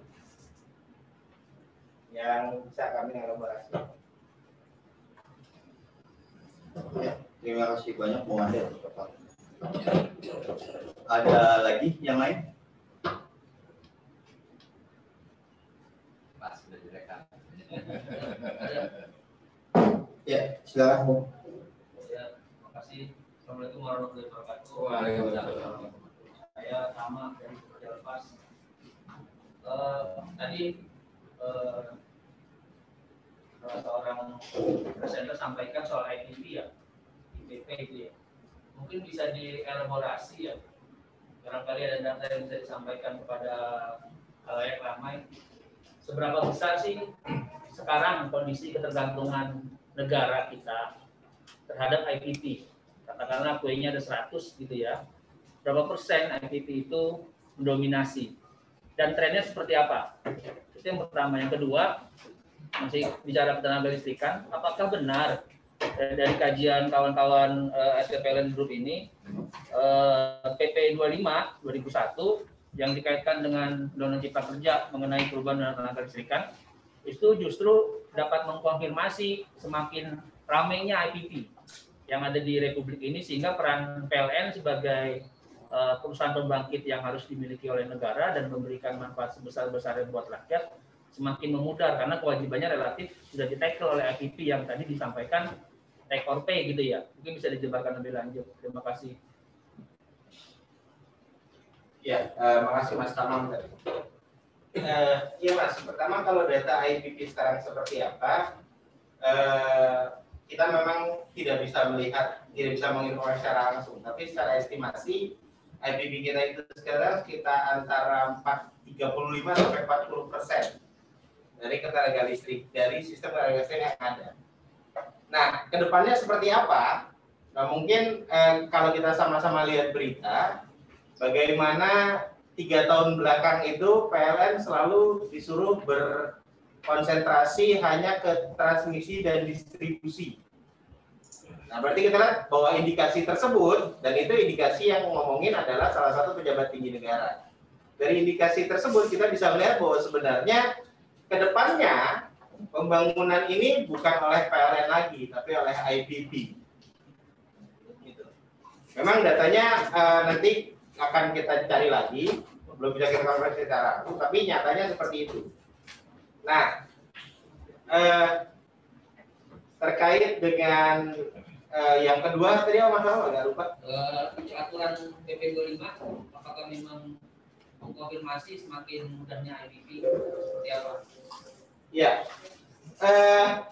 yang bisa kami elaborasi. Ya, terima kasih banyak Bung Ade. Ada lagi yang lain? Pas sudah direkam. Ya, silakan Bung. Ya, terima kasih. Assalamualaikum warahmatullahi wabarakatuh. Waalaikumsalam. Saya Tama dari Pekerja Lepas. Uh, tadi uh, salah seorang presenter sampaikan soal I P P ya, I P P itu ya. Mungkin bisa dielaborasi ya. Barangkali ada data yang bisa disampaikan kepada khalayak ramai. Seberapa besar sih sekarang kondisi ketergantungan negara kita terhadap I P P? Katakanlah kuenya ada seratus gitu ya. Berapa persen I P P itu mendominasi? Dan trennya seperti apa? Itu yang pertama. Yang kedua, masih bicara ketenaga listrikan, apakah benar dari kajian kawan-kawan uh, S K P L N Group ini uh, P P dua puluh lima dua ribu satu yang dikaitkan dengan Undang-Undang Cipta Kerja mengenai perubahan tenaga listrikan itu justru dapat mengkonfirmasi semakin ramainya I P P yang ada di Republik ini, sehingga peran P L N sebagai uh, perusahaan pembangkit yang harus dimiliki oleh negara dan memberikan manfaat sebesar-besarnya buat rakyat semakin memudar karena kewajibannya relatif sudah di-tackle oleh I P P yang tadi disampaikan take or pay gitu ya. Mungkin bisa dijelaskan lebih lanjut. Terima kasih. Ya, uh, makasih Mas Tamam tadi. Uh, ya Mas, pertama kalau data I P P sekarang seperti apa, uh, kita memang tidak bisa melihat, tidak bisa menginformasi secara langsung, tapi secara estimasi I P P kita itu sekarang kita antara tiga puluh lima sampai empat puluh persen dari ketenaga listrik, dari sistem ketenaga listrik yang ada. Nah, kedepannya seperti apa? Nah, mungkin eh, kalau kita sama-sama lihat berita, bagaimana tiga tahun belakang itu P L N selalu disuruh berkonsentrasi hanya ke transmisi dan distribusi. Nah, berarti kita lihat bahwa indikasi tersebut, dan itu indikasi yang ngomongin adalah salah satu pejabat tinggi negara. Dari indikasi tersebut kita bisa melihat bahwa sebenarnya kedepannya pembangunan ini bukan oleh P L N lagi, tapi oleh I P P. Gitu. Memang datanya uh, nanti akan kita cari lagi, belum bisa kita konversi secara langsung, tapi nyatanya seperti itu. Nah, uh, terkait dengan uh, yang kedua tadi apa masalah agak lupa? Uh, peraturan P P dua puluh lima, apakah memang mengkonfirmasi semakin mudahnya I P P seperti apa? Ya, uh,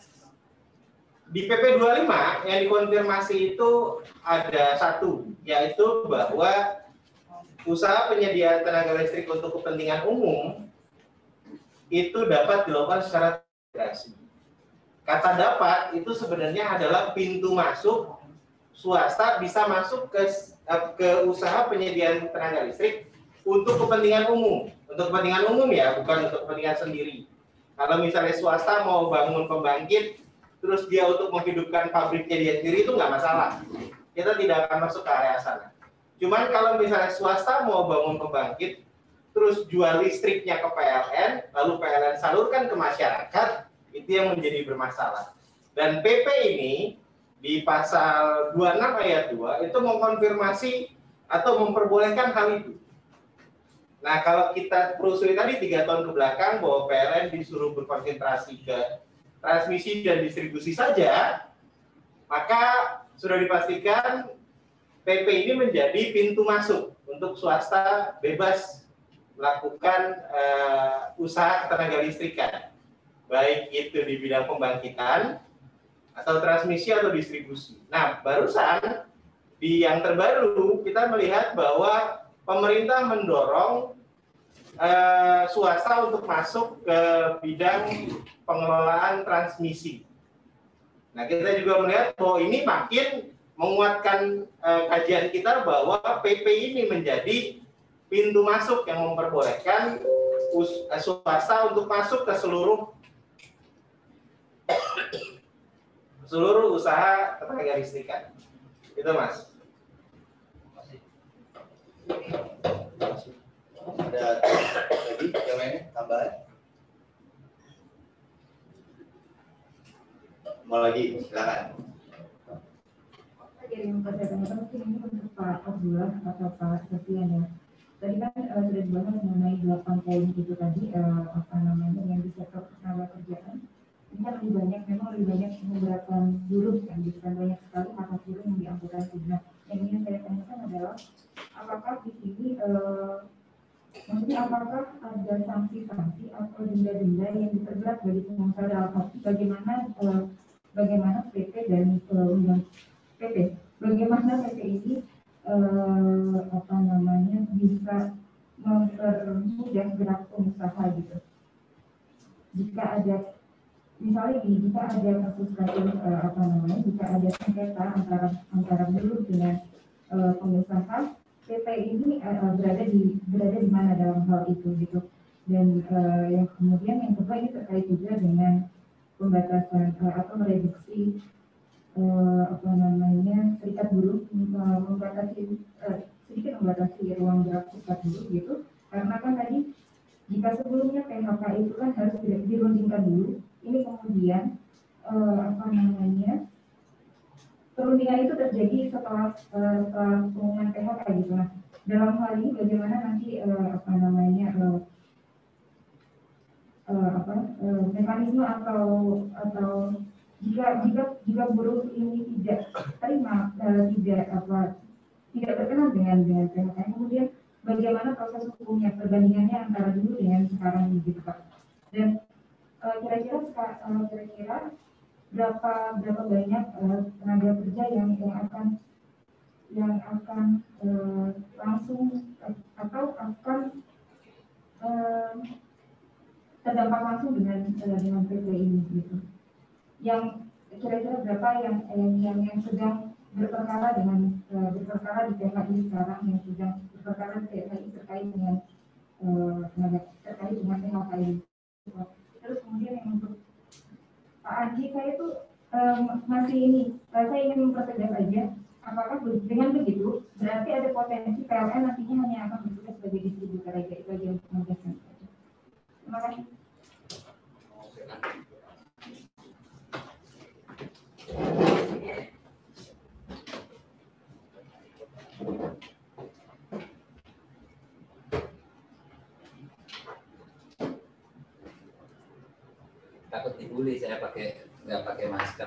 di P P dua puluh lima yang dikonfirmasi itu ada satu, yaitu bahwa usaha penyediaan tenaga listrik untuk kepentingan umum itu dapat dilakukan secara integrasi. Kata dapat itu sebenarnya adalah pintu masuk swasta bisa masuk ke ke usaha penyediaan tenaga listrik untuk kepentingan umum, untuk kepentingan umum ya, bukan untuk kepentingan sendiri. Kalau misalnya swasta mau bangun pembangkit, terus dia untuk menghidupkan pabriknya dia sendiri itu nggak masalah. Kita tidak akan masuk ke area sana. Cuman kalau misalnya swasta mau bangun pembangkit, terus jual listriknya ke P L N, lalu P L N salurkan ke masyarakat, itu yang menjadi bermasalah. Dan P P ini di pasal dua puluh enam ayat dua itu mengkonfirmasi atau memperbolehkan hal itu. Nah, kalau kita telusuri tadi tiga tahun ke belakang bahwa P L N disuruh berkonsentrasi ke transmisi dan distribusi saja, maka sudah dipastikan P P ini menjadi pintu masuk untuk swasta bebas melakukan uh, usaha tenaga listrikan, baik itu di bidang pembangkitan atau transmisi atau distribusi. Nah, barusan di yang terbaru kita melihat bahwa pemerintah mendorong uh, swasta untuk masuk ke bidang pengelolaan transmisi. Nah, kita juga melihat bahwa ini makin menguatkan uh, kajian kita bahwa P P ini menjadi pintu masuk yang memperbolehkan us- swasta untuk masuk ke seluruh seluruh usaha tenaga listrikan. Itu Mas. Ada lagi yang lainnya tambahan? Mau lagi silakan. Jadi yang saya tanyakan mungkin ini untuk Pak Abdullah atau Pak Sofian ya. Tadi kan uh, sudah dibahas mengenai delapan poin itu tadi uh, apa namanya yang di sektor tenaga kerjaan. Ini kan lebih banyak, memang lebih banyak memberatkan buruh kan, dan banyak sekali hak hak buruh yang diamputasi. Nah, yang ingin saya tanyakan adalah apakah di sini uh, maksudnya apakah ada sanksi-sanksi atau denda-denda yang diperberat bagi pengusaha dalam arti bagaimana uh, bagaimana P P dan uh, P P, bagaimana P P ini eh, apa namanya bisa mempermudah gerak pengusaha gitu. Jika ada misalnya di jika ada kasus-kasus eh, apa namanya, jika ada sengketa antara antara buruh dengan eh, pengusaha, P P ini eh, berada di berada di mana dalam hal itu gitu. Dan eh, yang kemudian yang kedua ini terkait juga dengan pembatasan eh, atau mereduksi Uh, apa namanya serikat buruh uh, membatasi uh, sedikit membatasi ruang gerak serikat buruh gitu, karena kan tadi jika sebelumnya P H K itu kan harus tidak dirundingkan dulu, ini kemudian uh, apa namanya perundingan itu terjadi setelah uh, setelah pengumuman P H K gitu. Nah, dalam hal ini bagaimana nanti uh, apa namanya uh, uh, apa uh, mekanisme atau atau jika jika jika buruh ini tidak terima uh, tidak apa tidak berkenan dengan dengan P H K, kemudian bagaimana proses hukumnya, perbandingannya antara dulu dengan sekarang ini gitu Pak. Dan uh, kira-kira uh, kira-kira berapa berapa banyak uh, tenaga kerja yang yang akan yang akan uh, langsung uh, atau akan uh, terdampak langsung dengan uh, dengan P P ini gitu. Yang kira-kira berapa yang yang yang, yang sedang berperkara dengan uh, berperkara di P H I sekarang, yang sedang berperkara di P H I terkait dengan uh, terkait dengan P H K ini. Terus kemudian yang untuk Pak Anji, saya itu um, masih ini, saya ingin mempertegas aja, apakah dengan begitu berarti ada potensi P L N nantinya hanya akan bertugas sebagai distributor aja, itu aja untuk menjelaskan. Terima kasih. Takut dibully saya pakai nggak pakai masker.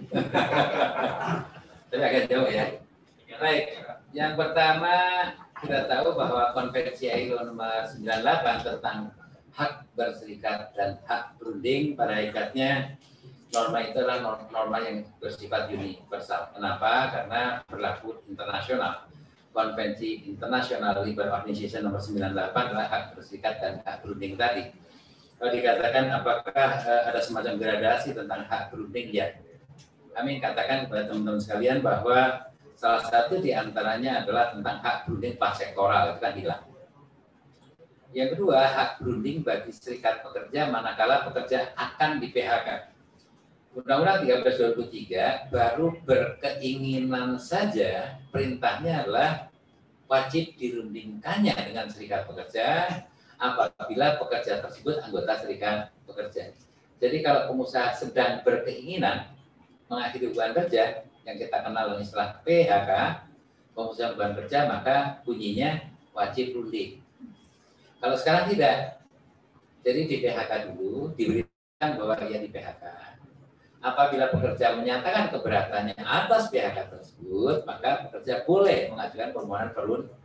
Tapi agak jauh ya. Baik, yang pertama kita tahu bahwa Konvensi I L O nomor sembilan puluh delapan tentang hak berserikat dan hak berunding pada hakikatnya norma itu adalah norma yang bersifat universal. Kenapa? Karena berlaku internasional. Konvensi International Labour Organization nomor sembilan puluh delapan adalah hak berserikat dan hak berunding tadi. Kalau dikatakan apakah uh, ada semacam gradasi tentang hak berunding, ya. Kami katakan kepada teman-teman sekalian bahwa salah satu di antaranya adalah tentang hak berunding sektoral, itu kan hilang. Yang kedua, hak berunding bagi serikat pekerja manakala pekerja akan di P H K. Undang-Undang tiga belas dua ribu tiga baru berkeinginan saja, perintahnya adalah wajib dirundingkannya dengan serikat pekerja apabila pekerja tersebut anggota serikat pekerja. Jadi kalau pengusaha sedang berkeinginan mengakhiri hubungan kerja yang kita kenal dengan istilah P H K, pengusaha hubungan kerja, maka bunyinya wajib runding. Kalau sekarang tidak, jadi di P H K dulu diberitakan bahwa ia di P H K. Apabila pekerja menyatakan keberatannya atas P H K tersebut, maka pekerja boleh mengajukan permohonan perundingan.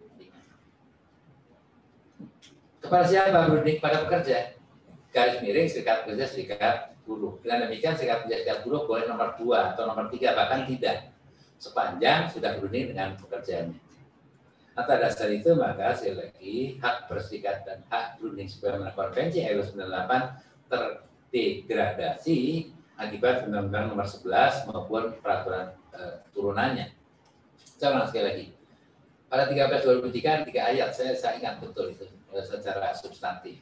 Kepada siapa berunding? Pada pekerja. Garis miring serikat pekerja, serikat buruh. Dengan demikian serikat pekerja, serikat buruh boleh nomor dua atau nomor tiga, bahkan tidak. Sepanjang sudah berunding dengan pekerjaannya. Atas dasar itu maka sekali lagi hak berserikat dan hak berunding sebagaimana Konvensi I L O sembilan puluh delapan terdegradasi akibat Undang-Undang nomor sebelas maupun peraturan e, turunannya. Saya ulang sekali lagi. Pada tiga belas dua ribu tiga, tiga ayat, saya, saya ingat betul itu e, secara substantif.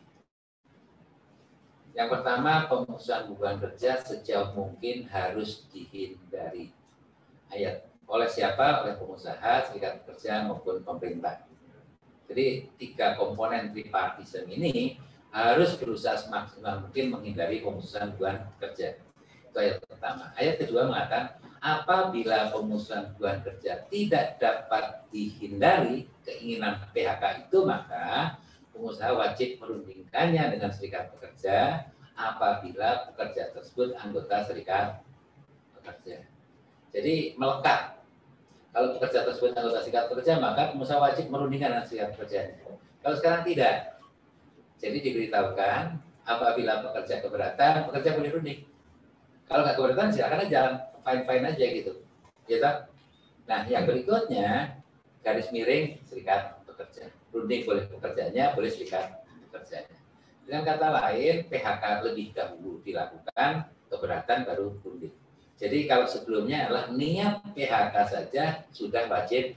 Yang pertama, pemutusan hubungan kerja sejauh mungkin harus dihindari. Ayat oleh siapa? Oleh pengusaha, serikat pekerja maupun pemerintah. Jadi tiga komponen tripartisme ini harus berusaha semaksimal mungkin menghindari pemutusan hubungan kerja. Itu ayat pertama. Ayat kedua mengatakan apabila pemutusan hubungan kerja tidak dapat dihindari keinginan P H K itu, maka pengusaha wajib merundingkannya dengan serikat pekerja apabila pekerja tersebut anggota serikat pekerja. Jadi melekat. Kalau pekerja tersebut anggota serikat pekerja, maka pengusaha wajib merundingkan dengan serikat pekerja. Kalau sekarang tidak. Jadi diberitahukan apabila pekerja keberatan, pekerja boleh runding. Kalau nggak keberatan, silakan jalan fine-fine aja gitu. Gitu. Nah, yang berikutnya garis miring serikat pekerja. Runding boleh pekerjanya, boleh serikat pekerjanya. Dengan kata lain, P H K lebih dahulu dilakukan, keberatan baru runding. Jadi kalau sebelumnya adalah niat P H K saja sudah wajib.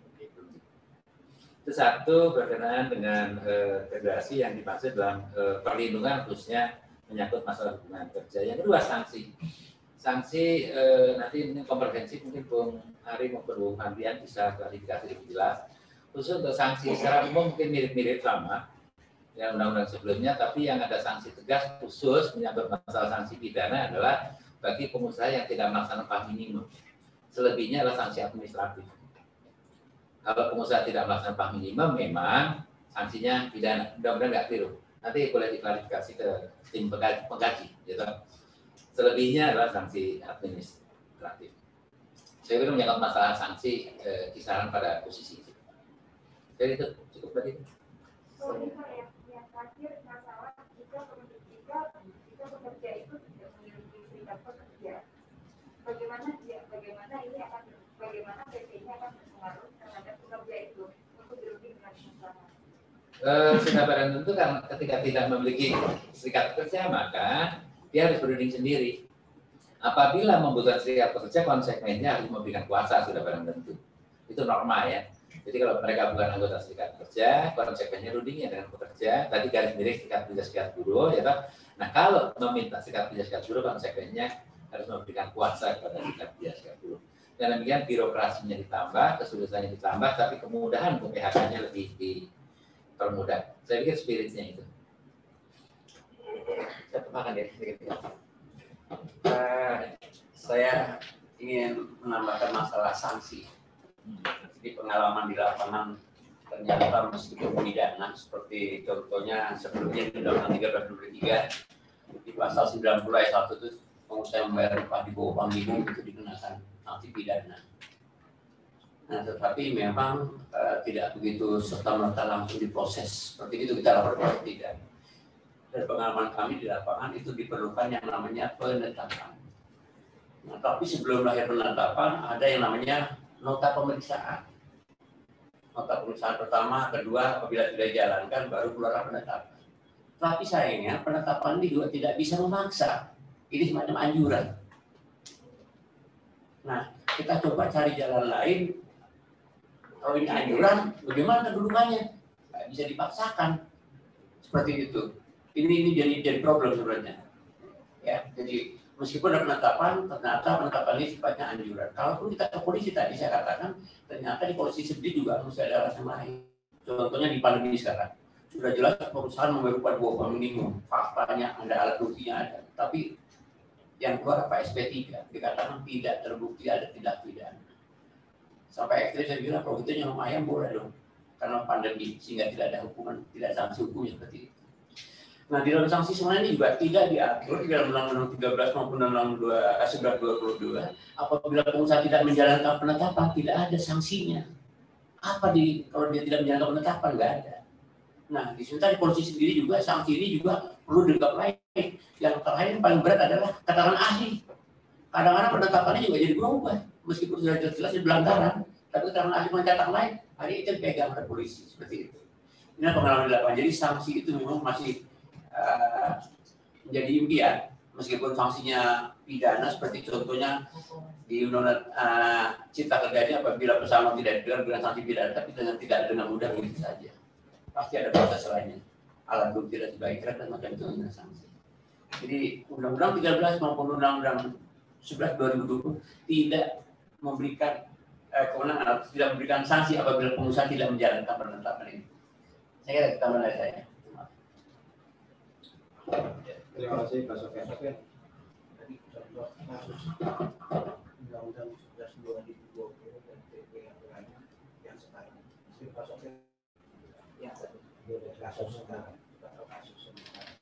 Itu satu berkenaan dengan eh, federasi yang dimaksud dalam eh, perlindungan khususnya menyangkut masalah hubungan kerja. Yang kedua sanksi. Sanksi eh, nanti ini komprehensif mungkin Bung Ari maupun Bung Andrian bisa klarifikasi lebih jelas. Khusus untuk sanksi secara umum mungkin mirip-mirip sama yang undang-undang sebelumnya, tapi yang ada sanksi tegas khusus menyangkut masalah sanksi pidana adalah bagi pengusaha yang tidak melaksanakan upah minimum. Selebihnya adalah sanksi administratif. Kalau pengusaha tidak melaksanakan upah minimum, memang sanksinya pidana. Mudah-mudahan nggak keliru. Nanti boleh diklarifikasi ke tim pengkaji, pengkaji gitu. Selebihnya adalah sanksi administratif. Saya kira menyangkut masalah sanksi eh, kisaran pada posisi itu. Jadi itu cukup tadi. So, ini yang, yang terakhir masalah jika jika jika pekerja itu tidak memiliki serikat pekerja, bagaimana dia bagaimana ini akan bagaimana P P-nya akan berpengaruh terhadap pekerja itu untuk berunding dengan perusahaan? Eh, sudah barang tentu kan ketika tidak memiliki serikat pekerja maka dia harus berunding sendiri. Apabila membutuhkan serikat pekerja, konsekuensinya harus memberikan kuasa, sudah barang tentu. Itu normal ya. Jadi kalau mereka bukan anggota serikat pekerja, konsekuensinya rundingnya dengan pekerja. Tadi garis miring serikat pekerja serikat buruh, ya tak? Nah kalau meminta serikat pekerja serikat buruh, konsekuensinya harus memberikan kuasa kepada serikat pekerja serikat buruh. Dan demikian birokrasinya ditambah, kesulitannya ditambah, tapi kemudahan untuk P H K-nya lebih dipermudah. Saya pikir spiritnya itu. Saya tambahkan ya sedikit. Uh, saya ingin menambahkan masalah sanksi. Jadi pengalaman di lapangan ternyata meskipun pidana seperti contohnya sebelumnya di Undang-Undang tiga belas dua ribu tiga di pasal sembilan puluh ayat satu itu pengusaha membayar upah di bawah upah minimum itu dikenakan sanksi pidana. Nah, tetapi memang uh, tidak begitu serta-merta langsung diproses seperti itu kita laporkan tidak. Dan pengalaman kami di lapangan itu diperlukan yang namanya penetapan. Nah, tapi sebelum lahir penetapan ada yang namanya nota pemeriksaan. Nota pemeriksaan pertama, kedua, apabila tidak dijalankan baru keluar penetapan. Tapi sayangnya penetapan ini juga tidak bisa memaksa. Ini semacam anjuran. Nah, kita coba cari jalan lain. Kalau ini anjuran, bagaimana kedudukannya? Tidak bisa dipaksakan. Seperti itu. Ini ini jadi jadi problem sebenarnya. Ya, jadi meskipun ada penetapan, ternyata penetapan ini sifatnya anjuran. Kalaupun kita ke polisi tadi saya katakan, ternyata di polisi sendiri juga harus ada alasan lain. Contohnya di pandemi sekarang, sudah jelas perusahaan membayar upah upah minimum, faktanya ada, alat buktinya ada. Tapi yang keluar apa S P tiga dikatakan tidak terbukti ada tindak pidana. Sampai akhirnya saya bilang kalau itu yang lumayan boleh dong, karena pandemi sehingga tidak ada hukuman, tidak sanksi hukumnya seperti itu. Nah, di dalam sanksi sebenarnya ini juga tidak diatur di dalam Undang-Undang tiga belas maupun Undang-Undang sebelas dua puluh dua. Apabila pengusaha tidak menjalankan penetapan, tidak ada sanksinya. Apa di kalau dia tidak menjalankan penetapan, nggak ada. Nah, di sementara di polisi sendiri juga sanksi ini juga perlu dilengkapi. Yang terakhir yang paling berat adalah keterangan ahli. Kadang-kadang penetapannya juga jadi berubah, meskipun sudah jelas-jelas di pelanggaran, tapi keterangan ahli mencatat lain, hari itu dipegang oleh polisi seperti itu. Ini pengalaman di lapangan. Jadi sanksi itu memang masih Uh, menjadi impian meskipun sanksinya pidana seperti contohnya di Undang-Undang uh, Cipta Kerja apabila pesangon tidak didengar dengan sanksi pidana tapi dengan tidak dengan mudah begitu saja pasti ada proses lainnya alat bukti dan sebagainya dan macam itu dengan sanksi. Jadi Undang-Undang tiga belas maupun Undang-Undang sebelas dua ribu dua puluh tidak memberikan eh, kewenangan atau tidak memberikan sanksi apabila pengusaha tidak menjalankan penetapan ini. Saya kira kita mulai saya. Terima kasih Pak Sofian. Tadi contoh kasus Undang-Undang sebelas dua ribu dua puluh dan P P yang lainnya yang sekarang. Pak Sofian yang satu kasus sekarang atau kasus sekarang.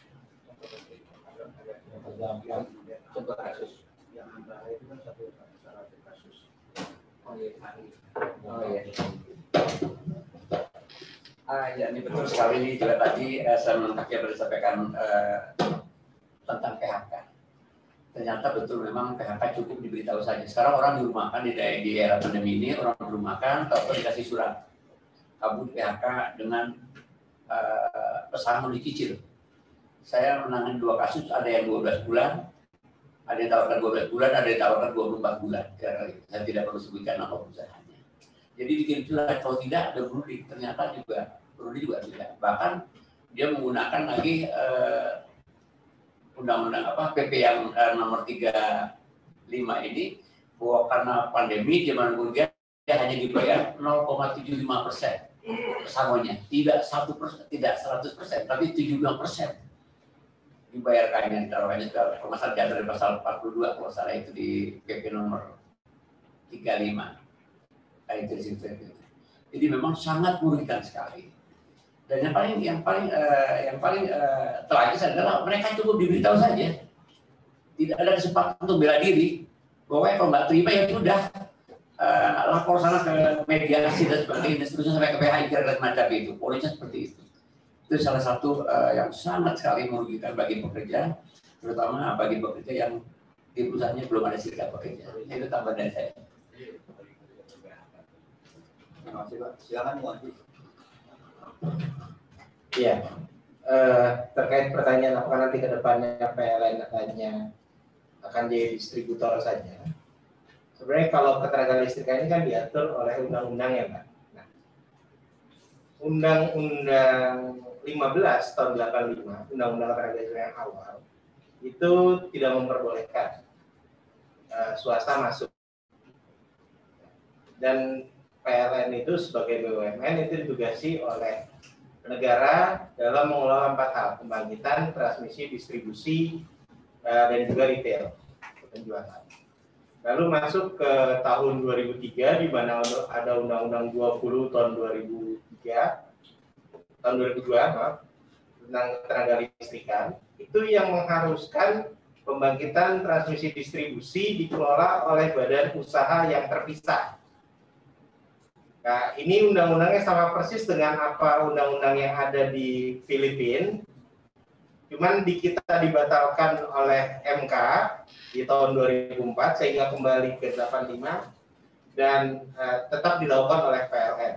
Contoh kasus yang antara itu kan satu salah satu kasus. Oh iya, oh iya. Ah ya, ini betul sekali ini juga tadi eh, saya menangkap yang disampaikan eh, tentang P H K. Ternyata betul memang P H K cukup diberitahu saja. Sekarang orang dirumahkan di, di era pandemi ini orang dirumahkan atau dikasih surat kabut P H K dengan eh, pesangon dicicil. Saya menangani dua kasus, ada yang dua belas bulan, ada yang tawarkan dua belas bulan, ada yang tawarkan dua puluh empat bulan. Saya tidak perlu sebutkan nama perusahaannya. Jadi dikirim surat, kalau tidak ada berunding, ternyata juga berunding juga tidak. Bahkan dia menggunakan lagi uh, undang-undang apa P P yang uh, nomor tiga puluh lima ini bahwa karena pandemi zaman kemudian dia hanya dibayar nol koma tujuh lima persen pesangonnya, tidak satu persen, tidak seratus persen, tapi tujuh puluh lima persen dibayarkannya ditaruhannya ke masalah jatuh dari pasal empat puluh dua kalau salah itu di P P nomor tiga puluh lima. Itu, itu, itu. Jadi memang sangat merugikan sekali. Dan yang paling yang paling uh, yang paling uh, tragis adalah mereka cukup diberitahu saja, tidak ada kesempatan untuk bela diri. Pokoknya kalau nggak terima ya sudah, uh, lapor sana ke mediasi dan sebagainya, seterusnya sampai ke P H I dan macam itu. Polisi seperti itu. Itu salah satu uh, yang sangat sekali merugikan bagi pekerja, terutama bagi pekerja yang di perusahaannya belum ada serikat pekerja. Itu tambahan dari saya. Terima kasih Pak. Silakan Bu Andi. Iya, eh, terkait pertanyaan apakah nanti ke depannya P L N hanya akan jadi distributor saja. Sebenarnya kalau ketenaga listrikan ini kan diatur oleh undang-undang ya Pak. Nah, Undang-Undang lima belas tahun delapan puluh lima, Undang-Undang Ketenaga Listrikan yang awal, itu tidak memperbolehkan uh, swasta masuk. Dan P L N itu sebagai B U M N itu ditugasi oleh negara dalam mengelola empat hal: pembangkitan, transmisi, distribusi, uh, dan juga retail penjualan. Lalu masuk ke tahun dua ribu tiga di mana ada Undang-Undang dua puluh tahun dua ribu tiga, tahun dua ribu dua, maaf, tentang tenaga listrikan, itu yang mengharuskan pembangkitan, transmisi, distribusi dikelola oleh badan usaha yang terpisah. Nah, ini undang-undangnya sama persis dengan apa undang-undang yang ada di Filipina, cuman di kita dibatalkan oleh M K di tahun dua ribu empat sehingga kembali ke delapan puluh lima dan uh, tetap dilakukan oleh P L N.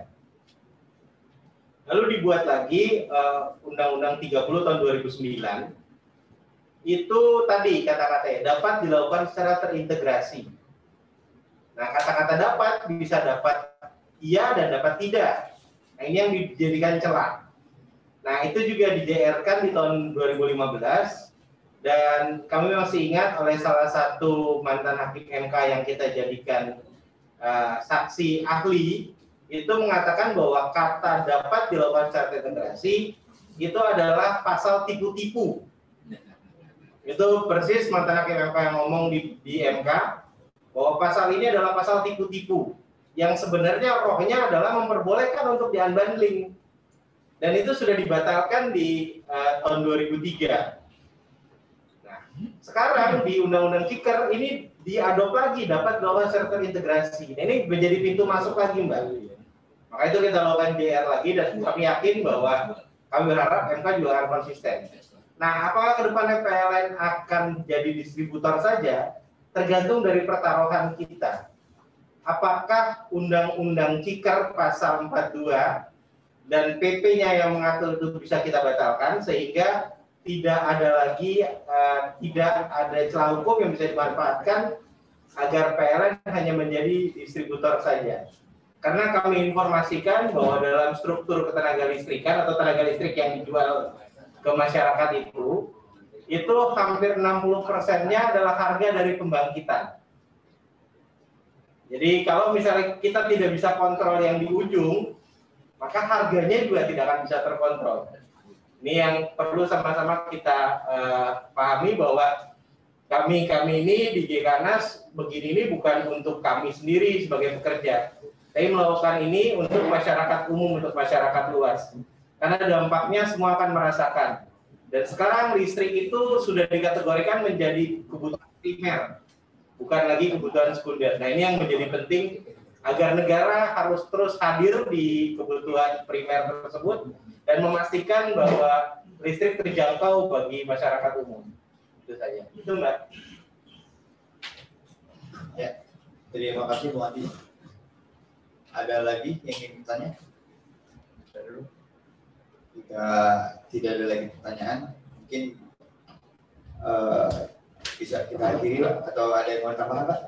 Lalu dibuat lagi uh, Undang-Undang tiga puluh tahun dua ribu sembilan, itu tadi kata-katanya dapat dilakukan secara terintegrasi. Nah, kata-kata dapat bisa dapat iya dan dapat tidak. Nah, ini yang dijadikan celah. Nah, itu juga di D R-kan di tahun dua ribu lima belas dan kami masih ingat oleh salah satu mantan hakim M K yang kita jadikan uh, saksi ahli itu mengatakan bahwa kata dapat dilakukan secara terintegrasi itu adalah pasal tipu-tipu. Itu persis mantan hakim M K yang ngomong di, di M K bahwa pasal ini adalah pasal tipu-tipu yang sebenarnya rohnya adalah memperbolehkan untuk di-unbundling. Dan itu sudah dibatalkan di uh, tahun dua ribu tiga. Nah, sekarang di Undang-Undang Kiker ini diadop lagi, dapat dilakukan secara terintegrasi. Nah, ini menjadi pintu masuk lagi, Mbak. Maka itu kita lakukan D R lagi dan kami yakin bahwa kami berharap M K juga akan konsisten. Nah, apakah ke depannya P L N akan jadi distributor saja? Tergantung dari pertaruhan kita. Apakah Undang-Undang Kiker pasal empat puluh dua dan P P-nya yang mengatur itu bisa kita batalkan sehingga tidak ada lagi uh, tidak ada celah hukum yang bisa dimanfaatkan agar P L N hanya menjadi distributor saja. Karena kami informasikan bahwa dalam struktur ketenaga listrikan atau tenaga listrik yang dijual ke masyarakat itu itu hampir enam puluh persennya adalah harga dari pembangkitan. Jadi kalau misalnya kita tidak bisa kontrol yang di ujung, maka harganya juga tidak akan bisa terkontrol. Ini yang perlu sama-sama kita uh, pahami bahwa kami-kami ini di Gekanas begini ini bukan untuk kami sendiri sebagai pekerja, tapi melakukan ini untuk masyarakat umum, untuk masyarakat luas. Karena dampaknya semua akan merasakan. Dan sekarang listrik itu sudah dikategorikan menjadi kebutuhan primer, bukan lagi kebutuhan sekunder. Nah, ini yang menjadi penting agar negara harus terus hadir di kebutuhan primer tersebut dan memastikan bahwa listrik terjangkau bagi masyarakat umum. Itu saja. Itu, Mbak. Ya, terima kasih Bu Andi. Ada lagi yang ingin bertanya? Dulu. Jika tidak ada lagi pertanyaan, mungkin uh, bisa kita akhiri Pak, atau ada yang mau tambahkan Pak?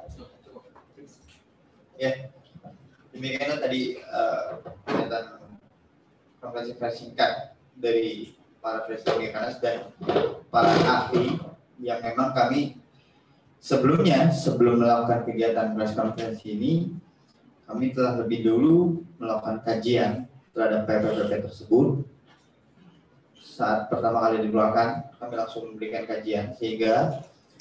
Ya, demikian tadi pernyataan uh, konferensi singkat dari para presiden Gekanas dan para ahli yang memang kami sebelumnya sebelum melakukan kegiatan press konferensi ini kami telah lebih dulu melakukan kajian terhadap P P P P tersebut. Saat pertama kali dikeluarkan kami langsung memberikan kajian sehingga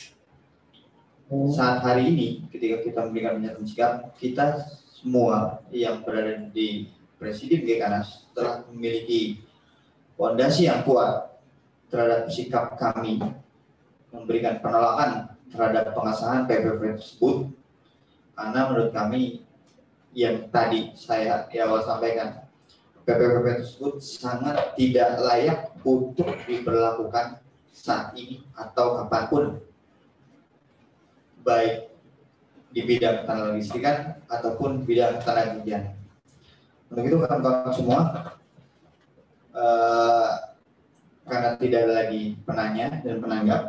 saat hari ini ketika kita memberikan pernyataan sikap, kita semua yang berada di Presidium Gekanas telah memiliki fondasi yang kuat terhadap sikap kami memberikan penolakan terhadap pengesahan P P P tersebut, karena menurut kami yang tadi saya di awal sampaikan, P P P tersebut sangat tidak layak untuk diberlakukan saat ini atau kapanpun, baik di bidang ketenaga listrikan ataupun bidang ketenaga kerjaan. Untuk itu kawan-kawan semua, eh, karena tidak ada lagi penanya dan penanggap,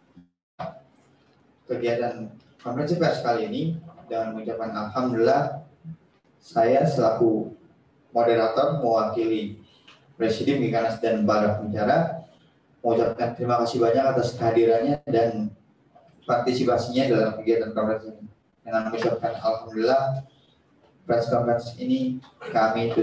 kegiatan konferensi pers kali ini dengan mengucapkan alhamdulillah, saya selaku moderator mewakili Presidium Gekanas dan para pembicara mengucapkan terima kasih banyak atas kehadirannya dan partisipasinya dalam kegiatan konferensi ini. Dengan mengucapkan alhamdulillah, press conference ini kami